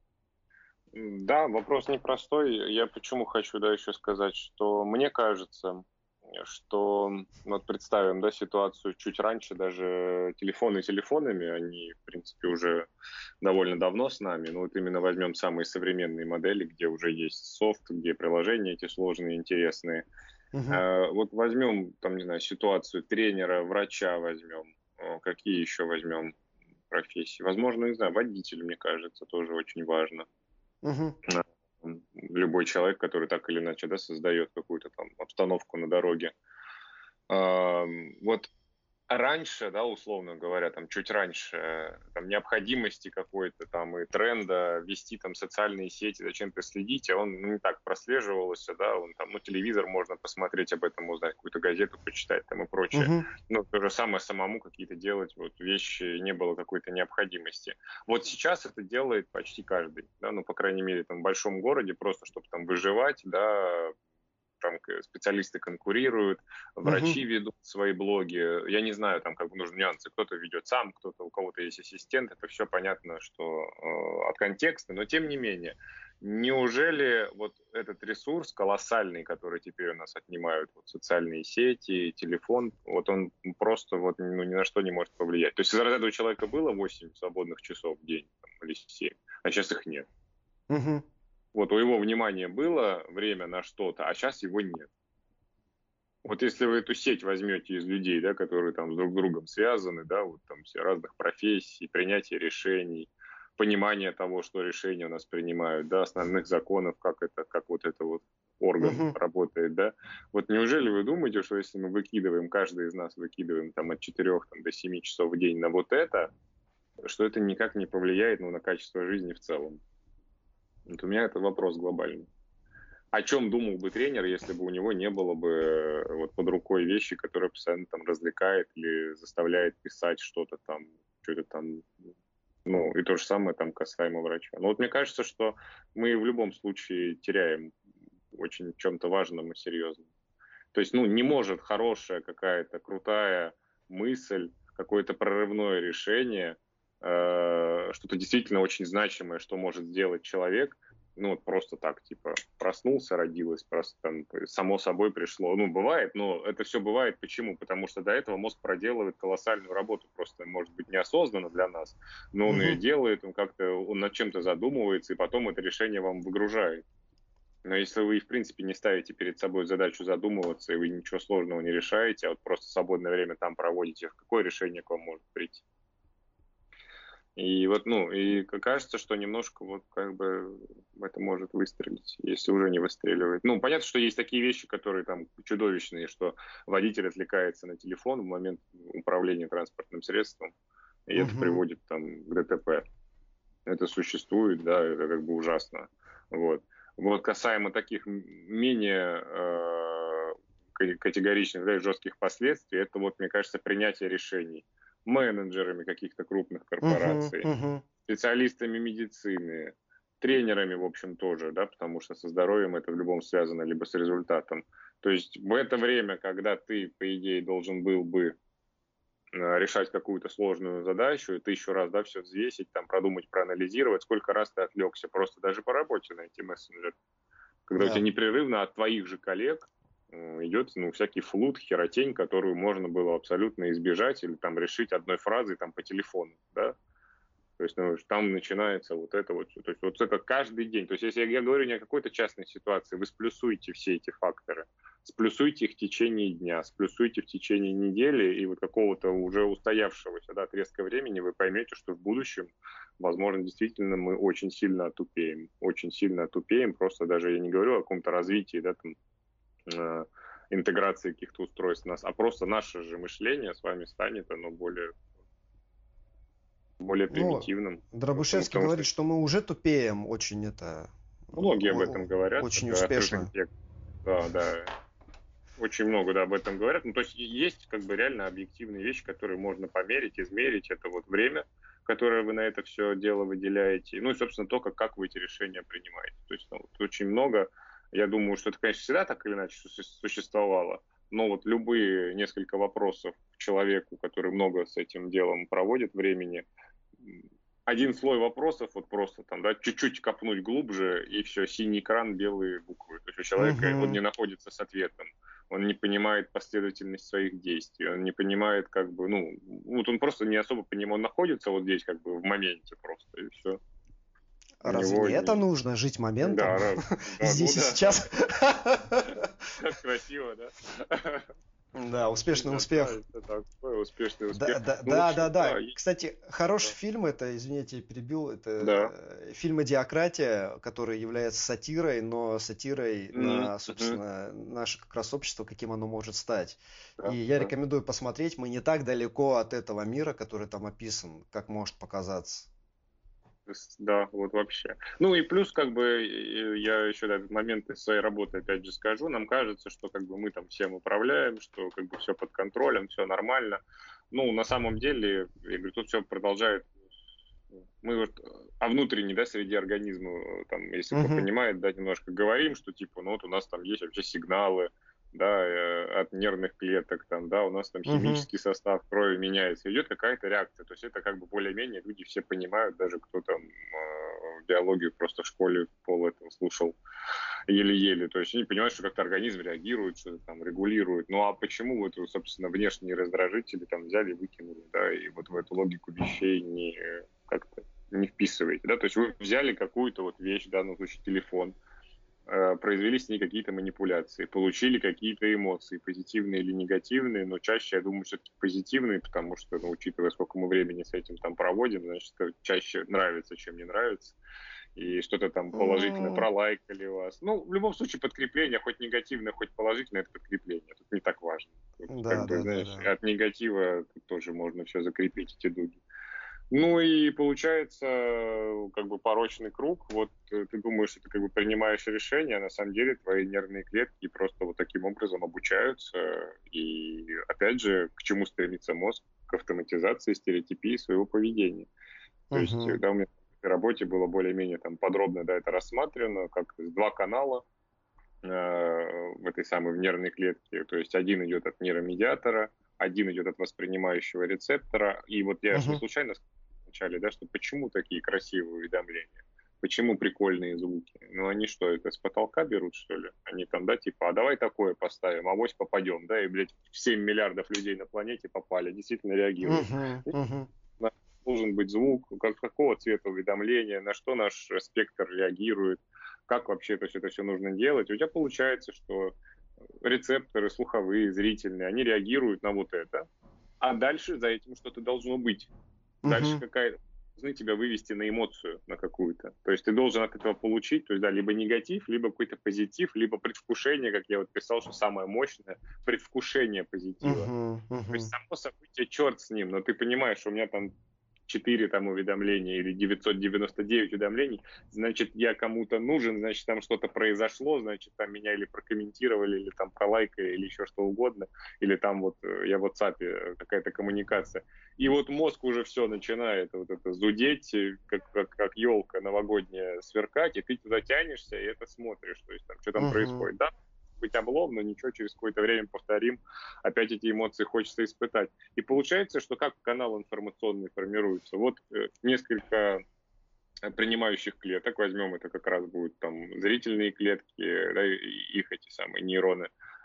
B: Да, вопрос непростой. Я почему хочу, да, еще сказать, что мне кажется, что вот представим, да, ситуацию чуть раньше, даже телефоны телефонами, они, в принципе, уже довольно давно с нами. Ну вот именно возьмем самые современные модели, где уже есть софт, где приложения эти сложные, интересные.
A: Угу.
B: А, вот возьмем, там, не знаю, ситуацию тренера, врача возьмем, О, какие еще возьмем профессии? Возможно, не знаю, водитель, мне кажется, тоже очень важно.
A: Угу.
B: Любой человек, который так или иначе, да, создает какую-то там обстановку на дороге. А, вот раньше, да, условно говоря, там чуть раньше, там необходимости какой-то там и тренда вести там социальные сети, зачем-то следить, а он ну, не так прослеживался, да, он там, ну, телевизор можно посмотреть, об этом узнать, какую-то газету почитать там и прочее.
A: Угу.
B: Ну, то же самое самому какие-то делать, вот вещи не было какой-то необходимости. Вот сейчас это делает почти каждый, да, ну, по крайней мере, там в большом городе, просто чтобы там выживать, да, там специалисты конкурируют,
A: Угу.
B: врачи ведут свои блоги. Я не знаю, там как бы нужны нюансы. Кто-то ведет сам, кто-то у кого-то есть ассистент. Это все понятно, что э, от контекста. Но тем не менее, неужели вот этот ресурс колоссальный, который теперь у нас отнимают вот, социальные сети, телефон, вот он просто вот ну, ни на что не может повлиять. То есть из разряда у человека было восемь свободных часов в день там, или семь, а сейчас их нет.
A: Угу.
B: Вот у его внимания было время на что-то, а сейчас его нет. Вот если вы эту сеть возьмете из людей, да, которые там с друг другом связаны, да, вот там все разных профессий, принятие решений, понимание того, что решения у нас принимают, да, основных законов, как это, как вот это вот орган
A: Угу.
B: работает, да. Вот неужели вы думаете, что если мы выкидываем, каждый из нас выкидываем там от четырёх там, до семи часов в день на вот это, что это никак не повлияет ну, на качество жизни в целом? Вот у меня это вопрос глобальный. О чем думал бы тренер, если бы у него не было бы вот под рукой вещи, которые постоянно там развлекает или заставляет писать что-то там, что-то там, ну, и то же самое там касаемо врача. Но вот мне кажется, что мы в любом случае теряем очень в чем-то важном и серьезном. То есть, ну, не может хорошая какая-то крутая мысль, какое-то прорывное решение, э, что-то действительно очень значимое, что может сделать человек, ну, вот просто так, типа, проснулся, родилось, просто там само собой пришло. Ну, бывает, но это все бывает. Почему? Потому что до этого мозг проделывает колоссальную работу, просто, может быть, неосознанно для нас, но он ее
A: Угу.
B: делает, он как-то, он над чем-то задумывается, и потом это решение вам выгружает. Но если вы, в принципе, не ставите перед собой задачу задумываться, и вы ничего сложного не решаете, а вот просто свободное время там проводите, какое решение к вам может прийти? И вот, ну, и кажется, что немножко вот как бы это может выстрелить, если уже не выстреливает. Ну, понятно, что есть такие вещи, которые там чудовищные, что водитель отвлекается на телефон в момент управления транспортным средством, и это
A: Угу.
B: приводит там к ДТП. Это существует, да, это как бы ужасно. Вот. Вот касаемо таких менее э, категоричных, да, и жестких последствий, это вот, мне кажется, принятие решений менеджерами каких-то крупных
A: Угу.
B: корпораций,
A: Угу.
B: специалистами медицины, тренерами, в общем, тоже, да, потому что со здоровьем это в любом связано, либо с результатом. То есть в это время, когда ты, по идее, должен был бы решать какую-то сложную задачу, и тысячу раз, да, все взвесить, там, продумать, проанализировать, сколько раз ты отвлекся, просто даже по работе найти мессенджер, когда у тебя
A: Да.
B: непрерывно от твоих же коллег идет, ну, всякий флут, херотень, которую можно было абсолютно избежать или там решить одной фразой там по телефону, да. То есть ну, там начинается вот это вот, то есть вот это каждый день. То есть если я говорю не о какой-то частной ситуации, вы сплюсуете все эти факторы, сплюсуйте их в течение дня, сплюсуйте в течение недели и вот какого-то уже устоявшегося да, отрезка времени, вы поймете, что в будущем, возможно, действительно мы очень сильно отупеем, очень сильно отупеем, просто даже я не говорю о каком-то развитии, да, там, э, интеграции каких-то устройств нас, а просто наше же мышление с вами станет, оно более более
A: Ну,
B: примитивным.
A: Дробышевский
B: Потому,
A: говорит,
B: что
A: что мы уже тупеем очень это...
B: многие об этом говорят.
A: Очень
B: Это открытый
A: успешно.
B: текст. Да, да. Очень много да, об этом говорят. Ну, то есть есть как бы реально объективные вещи, которые можно померить, измерить. Это вот время, которое вы на это все дело выделяете. Ну и, собственно, то, как, как вы эти решения принимаете. То есть ну, вот очень много. Я думаю, что это, конечно, всегда так или иначе существовало. Но вот любые несколько вопросов к человеку, который много с этим делом проводит времени, один слой вопросов, вот просто там, да, чуть-чуть копнуть глубже, и все, синий экран, белые буквы. То есть у человека uh-huh. он не находится с ответом, он не понимает последовательность своих действий, он не понимает, как бы, ну, вот он просто не особо понимает, он находится вот здесь, как бы, в моменте просто, и все.
A: А разве не это нужно, жить моментом?
B: Да, раз, да,
A: здесь
B: ну,
A: и
B: да.
A: сейчас.
B: Красиво, да?
A: Да, успешный успех.
B: Да, такой успешный успех.
A: Да,
B: ну,
A: да,
B: общем,
A: да, да.
B: да.
A: Кстати, хороший да. фильм это, извините, я перебил, это
B: да.
A: фильм «Идиократия», который является сатирой, но сатирой
B: mm-hmm.
A: на, собственно, mm-hmm. наше как раз общество, каким оно может стать.
B: Да,
A: И я
B: да.
A: рекомендую посмотреть. Мы не так далеко от этого мира, который там описан, как может показаться.
B: Да, вот вообще. Ну и плюс, как бы, я еще на этот момент из своей работы опять же скажу, нам кажется, что как бы мы там всем управляем, что как бы все под контролем, все нормально. Ну, на самом деле, я говорю, тут все продолжает. Мы вот о внутренней, да, среде организма, там, если кто uh-huh. понимает, да, немножко говорим, что типа, ну вот у нас там есть вообще сигналы, да, от нервных клеток, там, да, у нас там химический uh-huh. состав крови меняется, идет какая-то реакция, то есть это как бы более-менее люди все понимают, даже кто там э, биологию просто в школе пол этого слушал еле-еле, то есть они понимают, что как-то организм реагирует, что-то там регулирует, ну а почему вот, собственно, внешние раздражители там взяли и выкинули, да, и вот в эту логику вещей не как-то не вписываете, да, то есть вы взяли какую-то вот вещь, в данном случае телефон, произвели с ней какие-то манипуляции, получили какие-то эмоции, позитивные или негативные, но чаще, я думаю, все-таки позитивные, потому что, ну, учитывая, сколько мы времени с этим там проводим, значит, чаще нравится, чем не нравится, и что-то там положительно пролайкали вас. Ну, в любом случае, подкрепление, хоть негативное, хоть положительное, это подкрепление, тут не так важно. Тут,
A: да,
B: как
A: да,
B: бы, знаешь,
A: да, да.
B: от негатива тоже можно все закрепить, эти дуги. Ну и получается как бы порочный круг. Вот ты думаешь, что ты как бы принимаешь решение, а на самом деле твои нервные клетки просто вот таким образом обучаются. И опять же, к чему стремится мозг? К автоматизации, стереотипии своего поведения. То uh-huh. есть, да, у меня в работе было более-менее там подробно да, это рассматривано, как два канала э, в этой самой в нервной клетке. То есть один идет от нейромедиатора, один идет от воспринимающего рецептора. И вот я uh-huh. же не случайно вначале, да, что почему такие красивые уведомления, почему прикольные звуки, ну они что, это с потолка берут, что ли? Они там, да, типа, а давай такое поставим, авось попадем, да, и, блядь, семь миллиардов людей на планете попали, действительно реагируют.
A: Uh-huh, uh-huh.
B: Должен быть звук, как, какого цвета уведомления, на что наш спектр реагирует, как вообще это все, это все нужно делать. У тебя получается, что рецепторы слуховые, зрительные, они реагируют на вот это, а дальше за этим что-то должно быть. Дальше uh-huh. какая-то должны тебя вывести на эмоцию, на какую-то. То есть ты должен от этого получить, то есть, да, либо негатив, либо какой-то позитив, либо предвкушение, как я вот писал, что самое мощное, предвкушение позитива.
A: Uh-huh. Uh-huh.
B: То есть само событие, черт с ним, но ты понимаешь, что у меня там четыре там уведомления или девятьсот девяносто девять уведомлений, значит, я кому-то нужен, значит, там что-то произошло, значит, там меня или прокомментировали, или там пролайкали, или еще что угодно, или там вот я в WhatsApp какая-то коммуникация. И вот мозг уже все начинает вот это зудеть, как, как, как елка новогодняя сверкать, и ты туда тянешься, и это смотришь, то есть там, что там uh-huh. происходит, да? Быть облом, но ничего, через какое-то время повторим, опять эти эмоции хочется испытать. И получается, что как канал информационный формируется? Вот э, несколько принимающих клеток, возьмем, это как раз будут там зрительные клетки, да, их эти самые нейроны,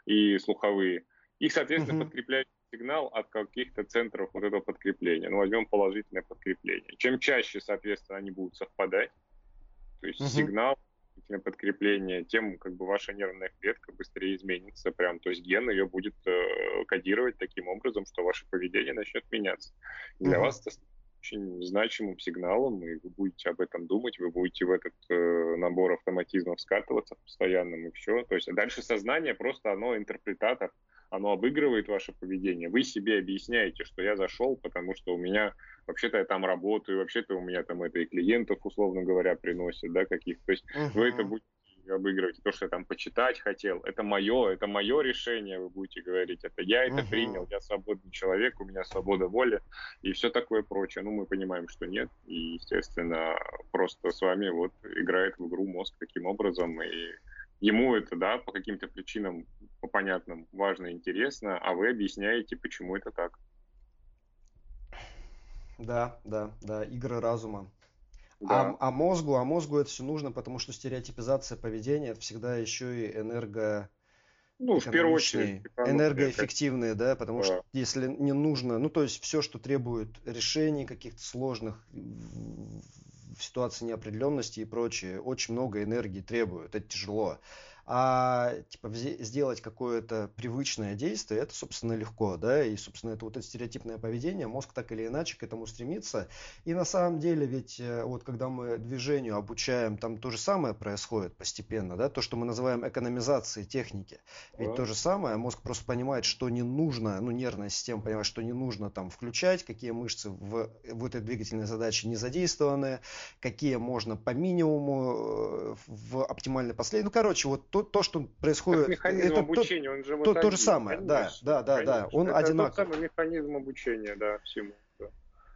B: и слуховые. Их, соответственно,
A: Мгм.
B: подкрепляет сигнал от каких-то центров вот этого подкрепления. Ну, возьмем положительное подкрепление. Чем чаще, соответственно, они будут совпадать, то есть
A: Мгм.
B: сигнал, подкрепление, тем как бы ваша нервная клетка быстрее изменится, прям, то есть ген ее будет э, кодировать таким образом, что ваше поведение начнет меняться. Для
A: Мгм.
B: вас это очень значимым сигналом, и вы будете об этом думать, вы будете в этот э, набор автоматизмов скатываться постоянно, и все. То есть а дальше сознание просто оно интерпретатор, оно обыгрывает ваше поведение. Вы себе объясняете, что я зашел, потому что у меня вообще-то я там работаю, вообще-то у меня там это и клиентов, условно говоря, приносят, да, каких-то. То есть вы это
A: Мгм.
B: будете обыгрывать, то, что я там почитать хотел, это мое, это мое решение, вы будете говорить, это я это принял,
A: Мгм.
B: я свободный человек, у меня свобода воли и все такое прочее. Ну, мы понимаем, что нет, и, естественно, просто с вами вот играет в игру мозг таким образом, и ему это, да, по каким-то причинам, по понятным, важно и интересно, а вы объясняете, почему это так.
A: Да, да, да, игры разума. А,
B: Да,
A: а мозгу, а мозгу это все нужно, потому что стереотипизация поведения это всегда еще и
B: ну, в первую очередь,
A: энергоэкономичный,
B: экономия,
A: энергоэффективный, да, потому что
B: конечно.
A: если не нужно, ну то есть все, что требует решений каких-то сложных в в ситуации неопределенности и прочее, очень много энергии требует, это тяжело. А типа взе- сделать какое-то привычное действие, это, собственно, легко, да, и, собственно, это вот это стереотипное поведение, мозг так или иначе к этому стремится. И на самом деле, ведь э, вот когда мы движению обучаем, там то же самое происходит постепенно, да, то, что мы называем экономизацией техники. Ведь то
B: Да.
A: же самое, мозг просто понимает, что не нужно, ну, нервная система понимает, что не нужно там включать, какие мышцы в, в этой двигательной задаче не задействованы, какие можно по минимуму э, в оптимальной последовательности. Ну, короче, вот то, то, что
B: Как
A: происходит,
B: механизм
A: это то,
B: обучения, он же
A: то,
B: вот
A: то же
B: один,
A: самое, да,
B: конечно,
A: да, да, да,
B: конечно.
A: он
B: Это тот
A: одинаков.
B: самый механизм обучения, да, всему. Да.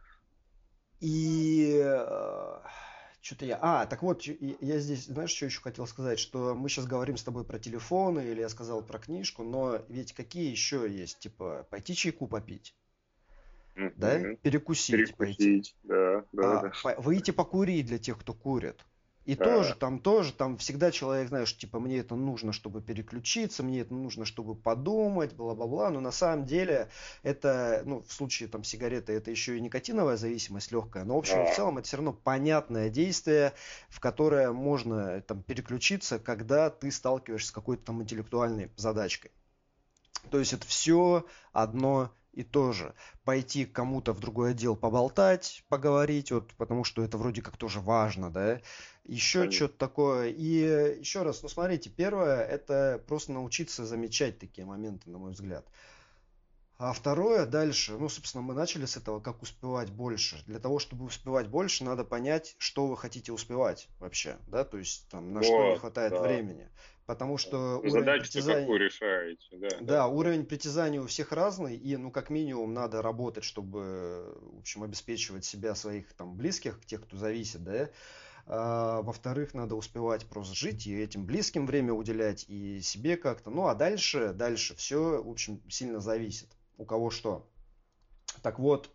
A: И э, что-то я... А, так вот, чё- и- я здесь, знаешь, что еще хотел сказать, что мы сейчас говорим с тобой про телефоны, или я сказал про книжку, но ведь какие еще есть, типа, пойти чайку попить, да,
B: Мгм.
A: перекусить пойти,
B: Перекусить, да, да,
A: а,
B: да,
A: по- выйти покурить для тех, кто курит. И тоже
B: да.
A: там, тоже там всегда человек, знаешь, типа, мне это нужно, чтобы переключиться, мне это нужно, чтобы подумать, бла-бла-бла. Но на самом деле это, ну, в случае там сигареты, это еще и никотиновая зависимость легкая. Но в общем и в
B: А,
A: целом это все равно понятное действие, в которое можно там переключиться, когда ты сталкиваешься с какой-то там интеллектуальной задачкой. То есть это все одно и то же. Пойти к кому-то в другой отдел поболтать, поговорить, вот, потому что это вроде как тоже важно, да, еще
B: конечно.
A: что-то такое. И еще раз, ну смотрите, первое, это просто научиться замечать такие моменты, на мой взгляд. А второе, дальше, ну, собственно, мы начали с этого, как успевать больше. Для того, чтобы успевать больше, надо понять, что вы хотите успевать вообще, да, то есть там на что не
B: Вот,
A: хватает
B: да.
A: времени. Потому
B: Да.
A: что
B: Вы
A: уровень
B: задачу-то какую
A: притязаний,
B: решаете, да, да,
A: да,
B: да.
A: уровень притязаний у всех разный, и, ну, как минимум, надо работать, чтобы, в общем, обеспечивать себя, своих там близких, тех, кто зависит, да. А, во-вторых, надо успевать просто жить и этим близким время уделять, и себе как-то. Ну, а дальше, дальше все, в общем, сильно зависит. У кого что. Так вот,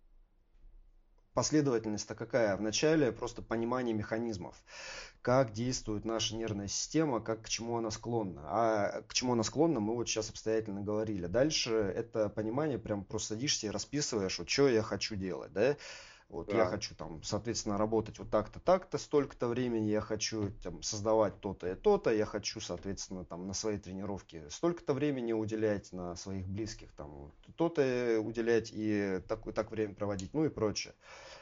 A: последовательность-то какая? Вначале просто понимание механизмов, как действует наша нервная система, как к чему она склонна. А к чему она склонна, мы вот сейчас обстоятельно говорили. Дальше это понимание, прям просто садишься и расписываешь, вот что я хочу делать, да? Вот я
B: Да.
A: хочу там, соответственно, работать вот так-то, так-то, столько-то времени, я хочу там создавать то-то и то-то, я хочу, соответственно, там на свои тренировки столько-то времени уделять, на своих близких там то-то уделять и так, так время проводить, ну и прочее.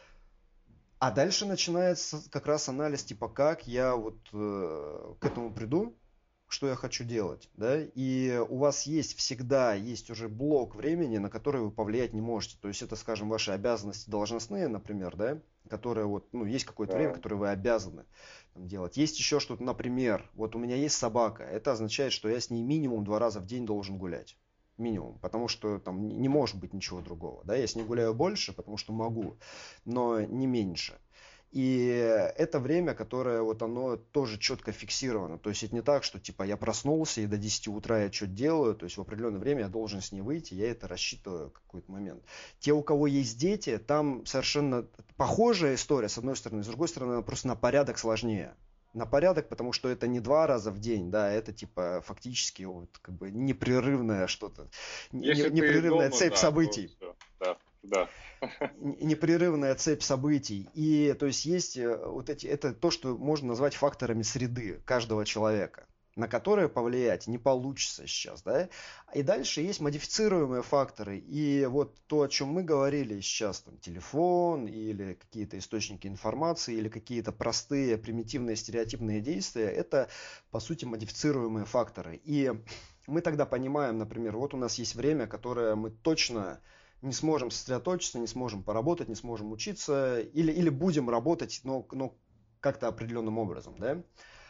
A: А дальше начинается как раз анализ, типа, как я вот э, к этому приду, что я хочу делать, да, и у вас есть всегда, есть уже блок времени, на который вы повлиять не можете, то есть это, скажем, ваши обязанности должностные, например, да, которые вот, ну, есть какое-то время,
B: Да.
A: которое вы обязаны там, делать. Есть еще что-то, например, вот у меня есть собака, это означает, что я с ней минимум два раза в день должен гулять. Минимум, потому что там не может быть ничего другого, да, я с ней гуляю больше, потому что могу, но не меньше. И это время, которое вот оно тоже четко фиксировано. То есть это не так, что типа я проснулся и до десяти утра я что-то делаю, то есть в определенное время я должен с ней выйти, я это рассчитываю в какой-то момент. Те, у кого есть дети, там совершенно похожая история, с одной стороны, с другой стороны, она просто на порядок сложнее. на порядок, потому что это не два раза в день, да, это типа фактически вот как бы непрерывное что-то, не-
B: Если ты
A: непрерывная
B: дома,
A: цепь
B: да, то
A: событий.
B: все. Да, да.
A: Непрерывная цепь событий. И то есть есть э, вот эти, это то, что можно назвать факторами среды каждого человека, на которые повлиять не получится сейчас, да. И дальше есть модифицируемые факторы. И вот то, о чем мы говорили сейчас, там, телефон или какие-то источники информации, или какие-то простые, примитивные, стереотипные действия, это, по сути, модифицируемые факторы. И мы тогда понимаем, например, вот у нас есть время, которое мы точно не сможем сосредоточиться, не сможем поработать, не сможем учиться, или, или будем работать, но, но как-то определенным образом, да?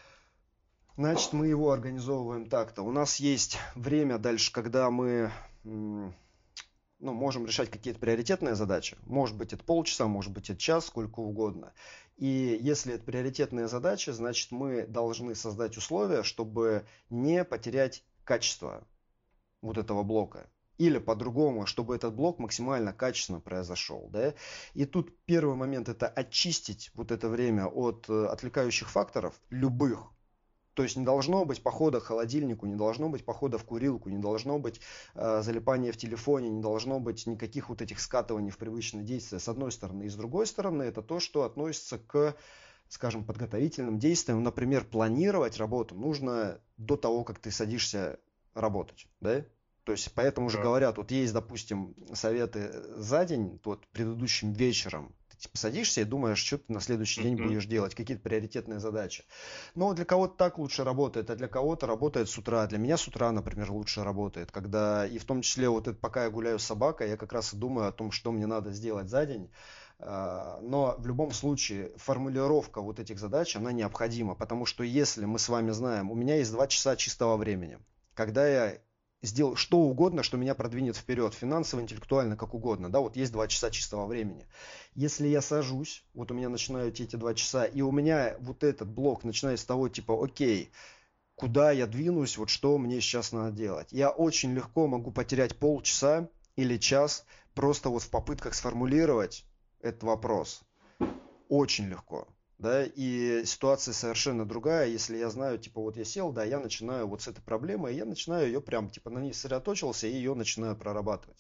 A: Значит, мы его организовываем так-то. У нас есть время дальше, когда мы ну, можем решать какие-то приоритетные задачи. Может быть, это полчаса, может быть, это час, сколько угодно. И если это приоритетные задачи, значит, мы должны создать условия, чтобы не потерять качество вот этого блока. Или по-другому, чтобы этот блок максимально качественно произошел. Да? И тут первый момент – это очистить вот это время от э, отвлекающих факторов, любых. То есть не должно быть похода к холодильнику, не должно быть похода в курилку, не должно быть э, залипания в телефоне, не должно быть никаких вот этих скатываний в привычные действия с одной стороны. И с другой стороны, это то, что относится к, скажем, подготовительным действиям. Например, планировать работу нужно до того, как ты садишься работать. Да? То есть поэтому же
B: Да.
A: говорят, вот есть, допустим, советы за день, вот предыдущим вечером, ты типа садишься и думаешь, что ты на следующий день будешь делать, какие-то приоритетные задачи. Но для кого-то так лучше работает, а для кого-то работает с утра. Для меня с утра, например, лучше работает, когда, и в том числе вот это, пока я гуляю с собакой, я как раз и думаю о том, что мне надо сделать за день. Но в любом случае формулировка вот этих задач, она необходима, потому что если мы с вами знаем, у меня есть два часа чистого времени, когда я сделал что угодно, что меня продвинет вперед, финансово, интеллектуально, как угодно, да, вот есть два часа чистого времени. Если я сажусь, вот у меня начинают эти два часа, и у меня вот этот блок начинает с того, типа, окей, куда я двинусь, вот что мне сейчас надо делать. Я очень легко могу потерять полчаса или час просто вот в попытках сформулировать этот вопрос. Очень легко. Да, и ситуация совершенно другая, если я знаю, типа, вот я сел, да, я начинаю вот с этой проблемой, и я начинаю ее прям, типа, на ней сосредоточился и ее начинаю прорабатывать.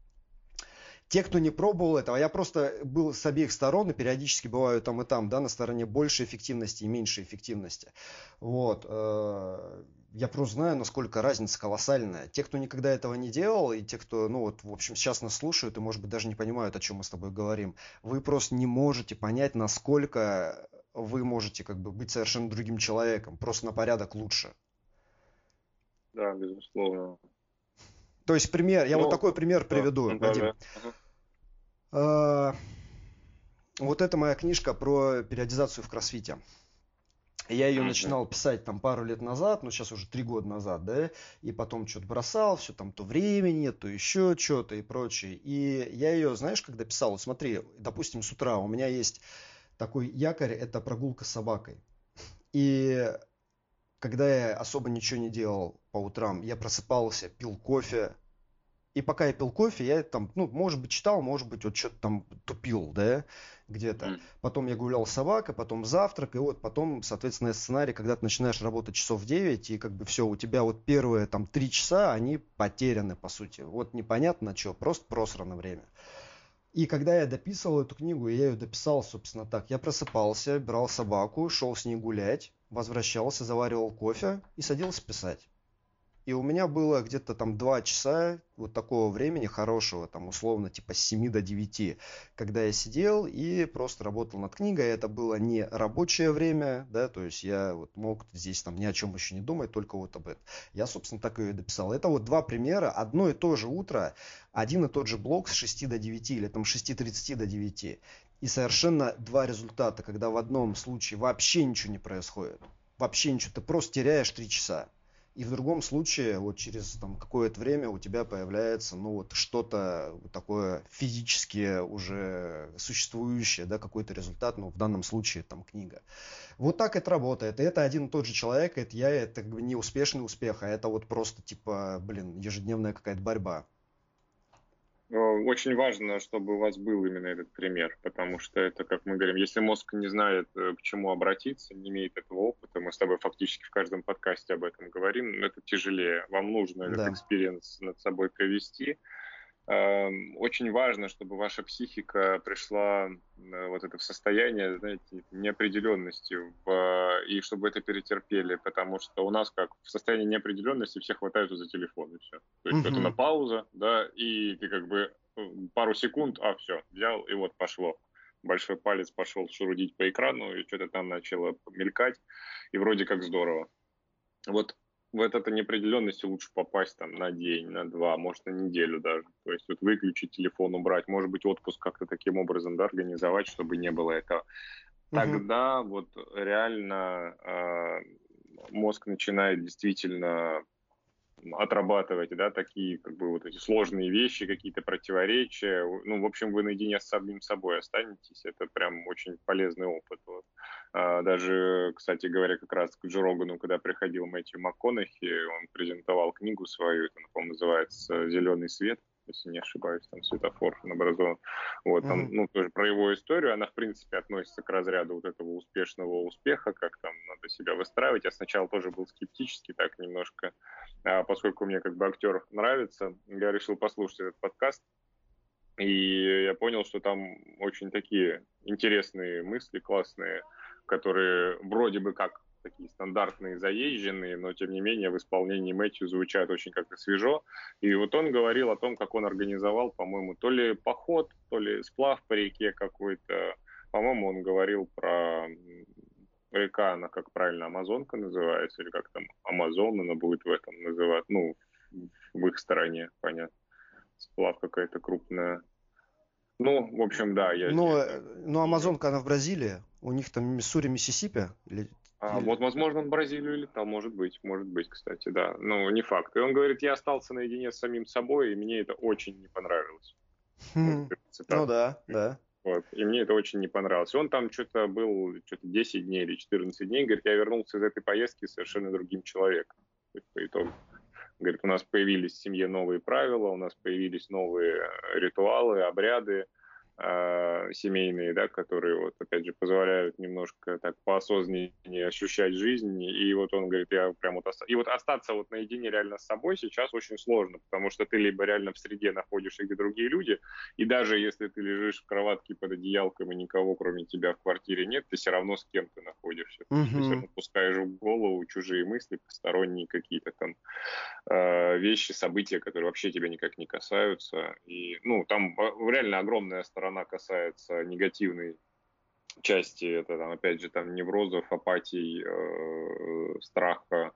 A: Те, кто не пробовал этого, я просто был с обеих сторон, и периодически бываю там и там, да, на стороне большей эффективности и меньшей эффективности. Вот. Я просто знаю, насколько разница колоссальная. Те, кто никогда этого не делал, и те, кто, ну вот, в общем, сейчас нас слушают и, может быть, даже не понимают, о чем мы с тобой говорим, вы просто не можете понять, насколько вы можете как бы быть совершенно другим человеком, просто на порядок лучше.
B: Да, безусловно.
A: То есть пример, я
B: ну,
A: вот такой пример
B: да,
A: приведу,
B: да,
A: Вадим.
B: Да. Ага.
A: А, вот это моя книжка про периодизацию в кроссфите. Я ее начинал писать там пару лет назад, ну сейчас уже три года назад, да, и потом что-то бросал, все там то времени, то еще что-то и прочее. И я ее, знаешь, когда писал, вот смотри, допустим, с утра у меня есть такой якорь, это прогулка с собакой. И когда я особо ничего не делал по утрам, я просыпался, пил кофе, и пока я пил кофе, я там, ну, может быть, читал, может быть, вот что-то там тупил, да, где-то. Mm. Потом я гулял с собакой, потом завтрак, и вот потом, соответственно, сценарий, когда ты начинаешь работать часов в девять, и как бы все, у тебя вот первые там три часа, они потеряны, по сути. Вот непонятно что, просто просрано время. И когда я дописывал эту книгу, я ее дописал, собственно, так. Я просыпался, брал собаку, шел с ней гулять, возвращался, заваривал кофе и садился писать. И у меня было где-то там два часа вот такого времени хорошего, там условно типа с семи до девяти, когда я сидел и просто работал над книгой. Это было не рабочее время, да, то есть я вот мог здесь там ни о чем еще не думать, только вот об этом. Я, собственно, так ее и дописал. Это вот два примера, одно и то же утро, один и тот же блок с шести до девяти или там с шести тридцати до девяти. И совершенно два результата, когда в одном случае вообще ничего не происходит. Вообще ничего, ты просто теряешь три часа. И в другом случае, вот через там, какое-то время у тебя появляется ну, вот что-то такое физически уже существующее, да, какой-то результат, ну, в данном случае там книга. Вот так это работает. И это один и тот же человек, это я, это не успешный успех, а это вот просто типа, блин, ежедневная какая-то борьба.
B: Очень важно, чтобы у вас был именно этот пример, потому что это, как мы говорим, если мозг не знает, к чему обратиться, не имеет этого опыта, мы с тобой фактически в каждом подкасте об этом говорим, это тяжелее. Вам нужно этот
A: Да.
B: экспириенс над собой провести. Очень важно, чтобы ваша психика пришла вот это в состояние, знаете, неопределенности, в, и чтобы это перетерпели, потому что у нас как в состоянии неопределенности все хватаются за телефон и все. То есть
A: Угу.
B: вот она пауза, да, и ты как бы пару секунд, а все, взял и вот пошло. Большой палец пошел шурудить по экрану, и что-то там начало мелькать, и вроде как здорово. Вот в эту неопределенность лучше попасть там на день, на два, может, на неделю даже. То есть вот выключить телефон, убрать, может быть, отпуск как-то таким образом, да, организовать, чтобы не было этого. Тогда угу. вот реально э, мозг начинает действительно отрабатывать, да, такие как бы вот эти сложные вещи, какие-то противоречия. Ну, в общем, вы наедине с самим собой останетесь. Это прям очень полезный опыт. Вот. А, даже, кстати говоря, как раз к Джо Рогану, когда приходил Мэтью МакКонахи, он презентовал книгу свою, это, по-моему, называется «Зеленый свет», если не ошибаюсь, там светофор образован. Вот, там, ну, тоже про его историю, она, в принципе, относится к разряду вот этого успешного успеха, как там надо себя выстраивать. Я сначала тоже был скептически так немножко, а поскольку мне как бы актер нравится, я решил послушать этот подкаст, и я понял, что там очень такие интересные мысли, классные, которые вроде бы как такие стандартные, заезженные, но тем не менее в исполнении Мэтью звучат очень как-то свежо. И вот он говорил о том, как он организовал, по-моему, то ли поход, то ли сплав по реке какой-то. По-моему, он говорил про река, она как правильно, Амазонка называется, или как там, Амазон она будет в этом называть, ну, в их стороне, понятно. Сплав какая-то крупная. Ну, в общем, да. Я
A: ну, ну, Амазонка, она в Бразилии. У них там Миссури, Миссисипи. Или...
B: А, вот, возможно, он в Бразилию летал, может быть, может быть, кстати, да. Ну, не факт. И он говорит, я остался наедине с самим собой, и мне это очень не понравилось.
A: Хм. Ну да, да.
B: Вот. И мне это очень не понравилось. Он там что-то был, что-то десять дней или четырнадцать дней, говорит, я вернулся из этой поездки совершенно другим человеком. По итогу. Говорит, у нас появились в семье новые правила, у нас появились новые ритуалы, обряды э, семейные, да, которые, вот, опять же, позволяют немножко так поосознаннее ощущать жизнь. И вот он говорит, я прям вот остался. И вот остаться вот наедине реально с собой сейчас очень сложно, потому что ты либо реально в среде находишься, где другие люди, и даже если ты лежишь в кроватке под одеялком и никого, кроме тебя, в квартире нет, ты все равно с кем-то находишься. Mm-hmm. Ты все равно пускаешь в голову чужие мысли, посторонние какие-то там вещи, события, которые вообще тебя никак не касаются. И, ну, там реально огромная сторона касается негативной части. Это, там, опять же, там неврозов, апатий, э, страха,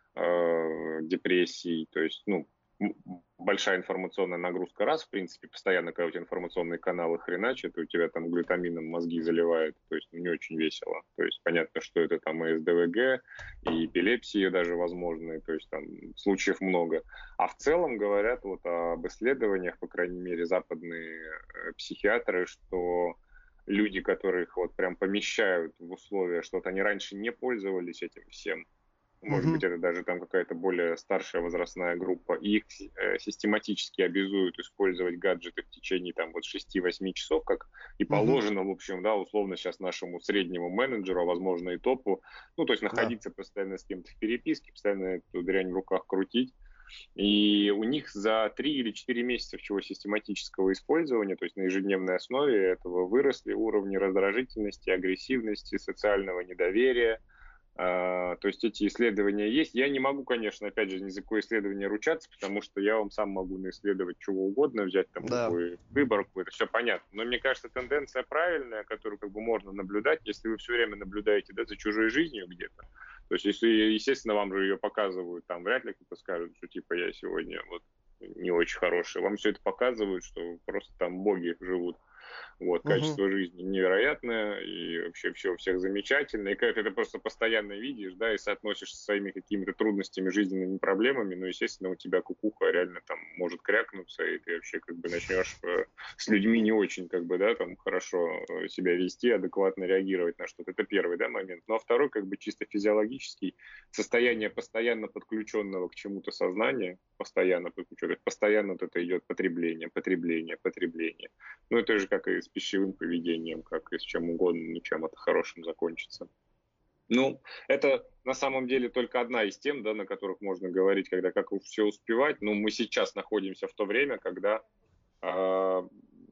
B: э, депрессий. То есть, ну, большая информационная нагрузка раз, в принципе, постоянно, когда у тебя информационные каналы хреначат, и у тебя там глютамином мозги заливает, то есть ну, не очень весело. То есть понятно, что это там и эс дэ вэ гэ, и эпилепсия даже возможны, то есть там случаев много. А в целом говорят вот об исследованиях, по крайней мере, западные психиатры, что люди, которых вот прям помещают в условия, что вот они раньше не пользовались этим всем, может mm-hmm. быть, это даже там какая-то более старшая возрастная группа, и их э, систематически обязуют использовать гаджеты в течение там вот шести-восьми часов, как и положено, mm-hmm. в общем, да, условно сейчас нашему среднему менеджеру, а возможно и топу, ну, то есть находиться yeah. постоянно с кем-то в переписке, постоянно эту дрянь в руках крутить. И у них за три или четыре месяца всего систематического использования, то есть на ежедневной основе этого выросли уровни раздражительности, агрессивности, социального недоверия. Uh, то есть эти исследования есть. Я не могу, конечно, опять же, ни за какое исследование ручаться, потому что я вам сам могу наисследовать чего угодно, взять там да. любую выборку, это все понятно. Но мне кажется, тенденция правильная, которую как бы можно наблюдать, если вы все время наблюдаете да, за чужой жизнью где-то. То есть, если, естественно, вам же ее показывают, там вряд ли кто-то скажет, что типа я сегодня вот не очень хороший. Вам все это показывают, что просто там боги живут Вот,
A: Угу.
B: качество жизни невероятное, и вообще все у всех замечательно. И когда ты это просто постоянно видишь, да, и соотносишь со своими какими-то трудностями, жизненными проблемами, ну, естественно, у тебя кукуха реально там может крякнуться, и ты вообще как бы начнешь э, с людьми не очень, как бы, да, там хорошо э, себя вести, адекватно реагировать на что-то. Это первый, да, момент. Ну, а второй, как бы, чисто физиологический, состояние постоянно подключенного к чему-то сознания, постоянно подключенного, постоянно вот это идет потребление, потребление, потребление. Ну, это же как и с пищевым поведением, как и с чем угодно, ничем это хорошим закончится. Ну, это на самом деле только одна из тем, да, на которых можно говорить, когда как все успевать. Но мы сейчас находимся в то время, когда а,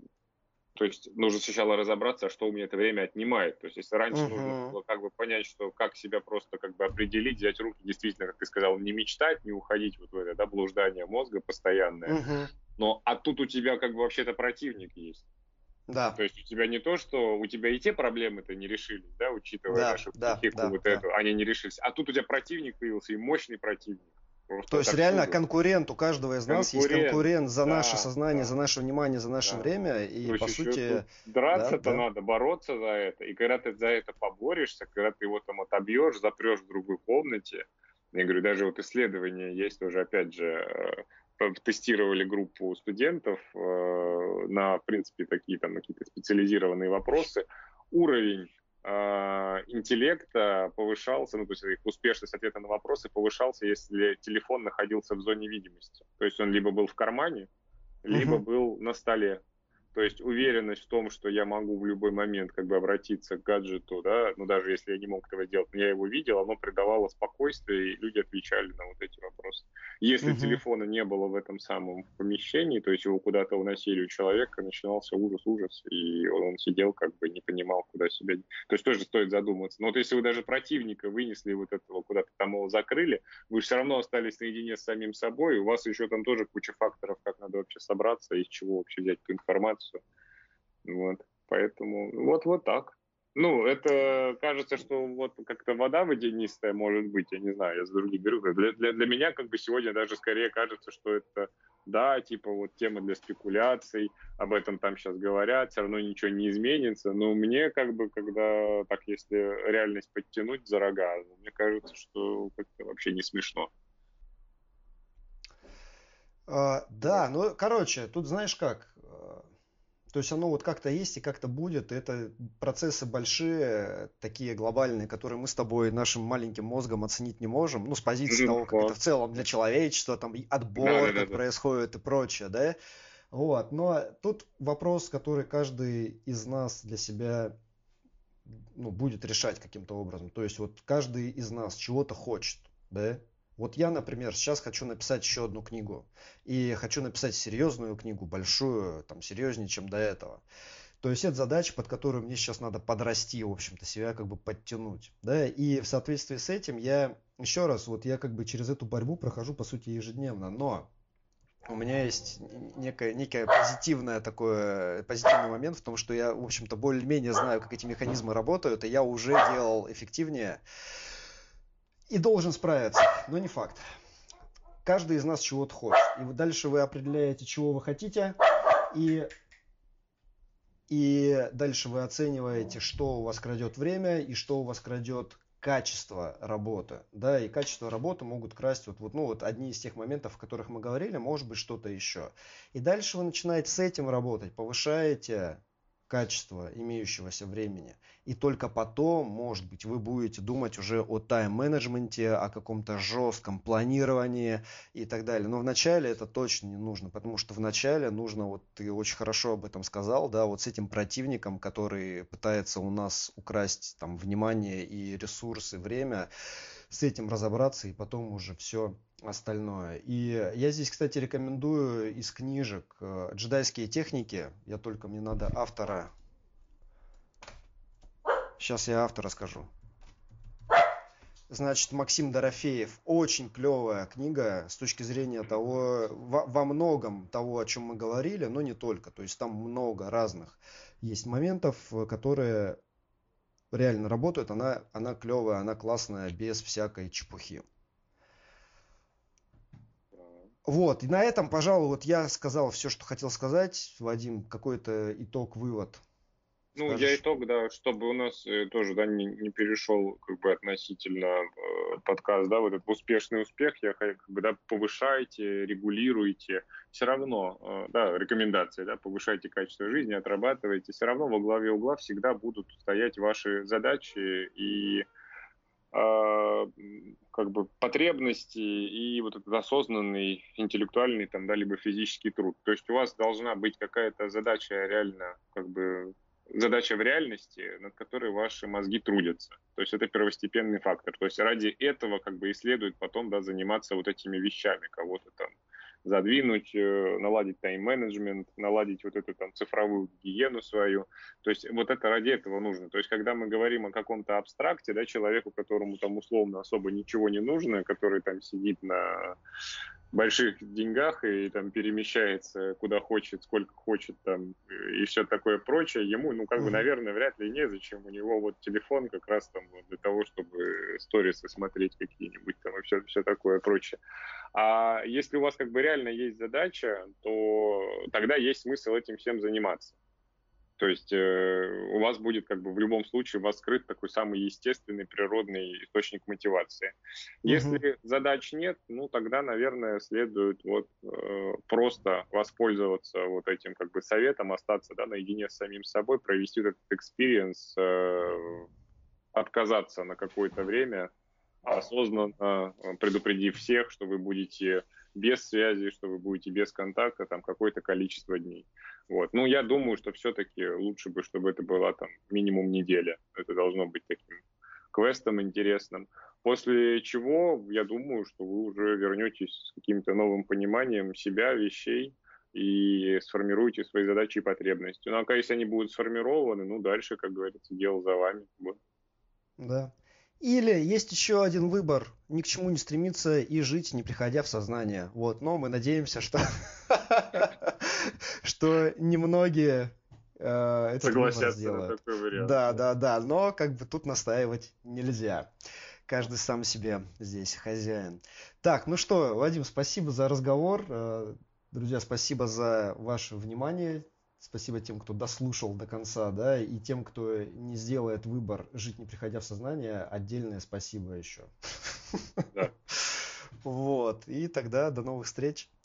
B: то есть нужно сначала разобраться, что у меня это время отнимает. То есть если раньше нужно
A: Угу.
B: было как бы понять, что как себя просто как бы определить, взять руки, действительно, как ты сказал, не мечтать, не уходить вот в это, да, блуждание мозга постоянное.
A: Угу.
B: Но а тут у тебя как бы вообще-то противник есть. То
A: Да,
B: есть у тебя не то, что у тебя и те проблемы-то не решились, да, учитывая
A: да,
B: нашу
A: да,
B: психику,
A: да,
B: вот
A: да.
B: эту, они не решились. А тут у тебя противник появился, и мощный противник. Просто
A: То есть реально
B: отовсюду.
A: конкурент у каждого из нас есть
B: Конкурент,
A: конкурент за наше
B: да,
A: сознание, за
B: да.
A: наше внимание, за наше
B: Да.
A: время. И
B: То есть
A: по
B: еще тут
A: сути, да,
B: драться-то
A: да.
B: надо, бороться за это. И когда ты за это поборешься, когда ты его там отобьешь, запрешь в другой комнате, я говорю, даже вот исследования есть тоже, опять же, э, тестировали группу студентов э, на, в принципе, такие там какие-то специализированные вопросы. Уровень э, интеллекта повышался, ну, то есть их успешность ответа на вопросы повышался, если телефон находился в зоне видимости. То есть он либо был в кармане, либо
A: Угу.
B: был на столе. То есть уверенность в том, что я могу в любой момент как бы обратиться к гаджету, да, ну даже если я не мог этого сделать, но я его видел, оно придавало спокойствие, и люди отвечали на вот эти вопросы. Если
A: Угу.
B: телефона не было в этом самом помещении, то есть его куда-то уносили у человека, начинался ужас-ужас, и он сидел как бы не понимал, куда себя... То есть тоже стоит задуматься. Но вот если вы даже противника вынесли вот этого, куда-то там его закрыли, вы все равно остались наедине с самим собой, и у вас еще там тоже куча факторов, как надо вообще собраться, из чего вообще взять эту информацию. Вот. Поэтому вот, вот так. Ну, это кажется, что вот как-то вода водянистая может быть, я не знаю, я за других говорю. Для, для, для меня как бы сегодня даже скорее кажется, что это, да, типа вот тема для спекуляций, об этом там сейчас говорят, все равно ничего не изменится, но мне как бы, когда так, если реальность подтянуть за рога, мне кажется, что как-то вообще не смешно.
A: А,
B: Вот.
A: да, ну, короче, тут знаешь как, а, то есть оно вот как-то есть и как-то будет. Это процессы большие, такие глобальные, которые мы с тобой нашим маленьким мозгом оценить не можем. Ну, с позиции
B: Ну,
A: того, как это в
B: вот.
A: целом для человечества, там и
B: Да, да,
A: отбор,
B: да,
A: как
B: да.
A: происходит и прочее, да. Вот, но тут вопрос, который каждый из нас для себя, ну, будет решать каким-то образом. То есть вот каждый из нас чего-то хочет, да. Вот я, например, сейчас хочу написать еще одну книгу. И хочу написать серьезную книгу, большую, там, серьезнее, чем до этого. То есть это задача, под которую мне сейчас надо подрасти, в общем-то, себя как бы подтянуть. Да? И в соответствии с этим я, еще раз, вот я как бы через эту борьбу прохожу, по сути, ежедневно. Но у меня есть некое, некое позитивное такое, позитивный момент в том, что я, в общем-то, более-менее знаю, как эти механизмы работают, и я уже делал эффективнее и должен справиться, но не факт. Каждый из нас чего-то хочет. И дальше вы определяете, чего вы хотите, и, и дальше вы оцениваете, что у вас крадет время и что у вас крадет качество работы. Да, и качество работы могут красть вот, вот, ну, вот одни из тех моментов, о которых мы говорили, может быть что-то еще. И дальше вы начинаете с этим работать, повышаете качество имеющегося времени. И только потом, может быть, вы будете думать уже о тайм-менеджменте, о каком-то жестком планировании и так далее. Но вначале это точно не нужно, потому что вначале нужно, вот ты очень хорошо об этом сказал, да, вот с этим противником, который пытается у нас украсть там внимание и ресурсы, время, с этим разобраться и потом уже все остальное. И я здесь, кстати, рекомендую из книжек э, «Джедайские техники». Я только, мне надо автора. Сейчас я автора скажу. Значит, Максим Дорофеев. Очень клевая книга с точки зрения того, во, во многом того, о чем мы говорили, но не только. То есть там много разных есть моментов, которые реально работают. Она, она клевая, она классная, без всякой чепухи. Вот, и на этом, пожалуй, вот я сказал все, что хотел сказать. Вадим, какой-то итог, вывод
B: Ну, я
A: скажешь?
B: итог, да, чтобы у нас э, тоже, да, не, не перешел, как бы, относительно э, подкаст, да, вот этот успешный успех, я ха- как бы, да, повышайте, регулируйте, все равно, э, да, рекомендации, да, повышайте качество жизни, отрабатывайте, все равно во главе угла всегда будут стоять ваши задачи и а, м, как бы потребности и вот этот осознанный интеллектуальный там, да, либо физический труд. То есть у вас должна быть какая-то задача реально, как бы задача в реальности, над которой ваши мозги трудятся. То есть это первостепенный фактор. То есть ради этого как бы и следует потом, да, заниматься вот этими вещами, кого-то там задвинуть, э, наладить тайм-менеджмент, наладить вот эту там цифровую гигиену свою. То есть вот это ради этого нужно. То есть когда мы говорим о каком-то абстракте, да, человеку, которому там условно особо ничего не нужно, который там сидит на больших деньгах и там перемещается куда хочет, сколько хочет там и все такое прочее, ему, ну, как бы,
A: Мгм.
B: наверное, вряд ли незачем. У него вот телефон как раз там вот для того, чтобы сторисы смотреть какие-нибудь там и все, все такое прочее. А если у вас как бы реально есть задача, то тогда есть смысл этим всем заниматься. То есть э, у вас будет как бы в любом случае у вас скрыт такой самый естественный природный источник мотивации.
A: Мгм.
B: Если задач нет, ну тогда, наверное, следует вот э, просто воспользоваться вот этим как бы советом, остаться, да, наедине с самим собой, провести вот этот экспириенс, э, отказаться на какое-то время, осознанно э, предупредив всех, что вы будете без связи, что вы будете без контакта там какое-то количество дней. Вот. Ну, я думаю, что все-таки лучше бы, чтобы это была там минимум неделя. Это должно быть таким квестом интересным. После чего, я думаю, что вы уже вернетесь с каким-то новым пониманием себя, вещей, и сформируете свои задачи и потребности. Ну, а если они будут сформированы, ну, дальше, как говорится, дело за вами. Вот.
A: Да. Или есть еще один выбор: ни к чему не стремиться и жить, не приходя в сознание. Вот, но мы надеемся, что что немногие э, этот выбор
B: Согласятся на
A: сделают.
B: такой вариант.
A: Да,
B: Да.
A: да, да, но как бы тут настаивать нельзя. Каждый сам себе здесь хозяин. Так, ну что, Вадим, спасибо за разговор. Э, Друзья, спасибо за ваше внимание. Спасибо тем, кто дослушал до конца, да, и тем, кто не сделает выбор жить, не приходя в сознание, отдельное спасибо еще.
B: Да.
A: Вот, и тогда до новых встреч.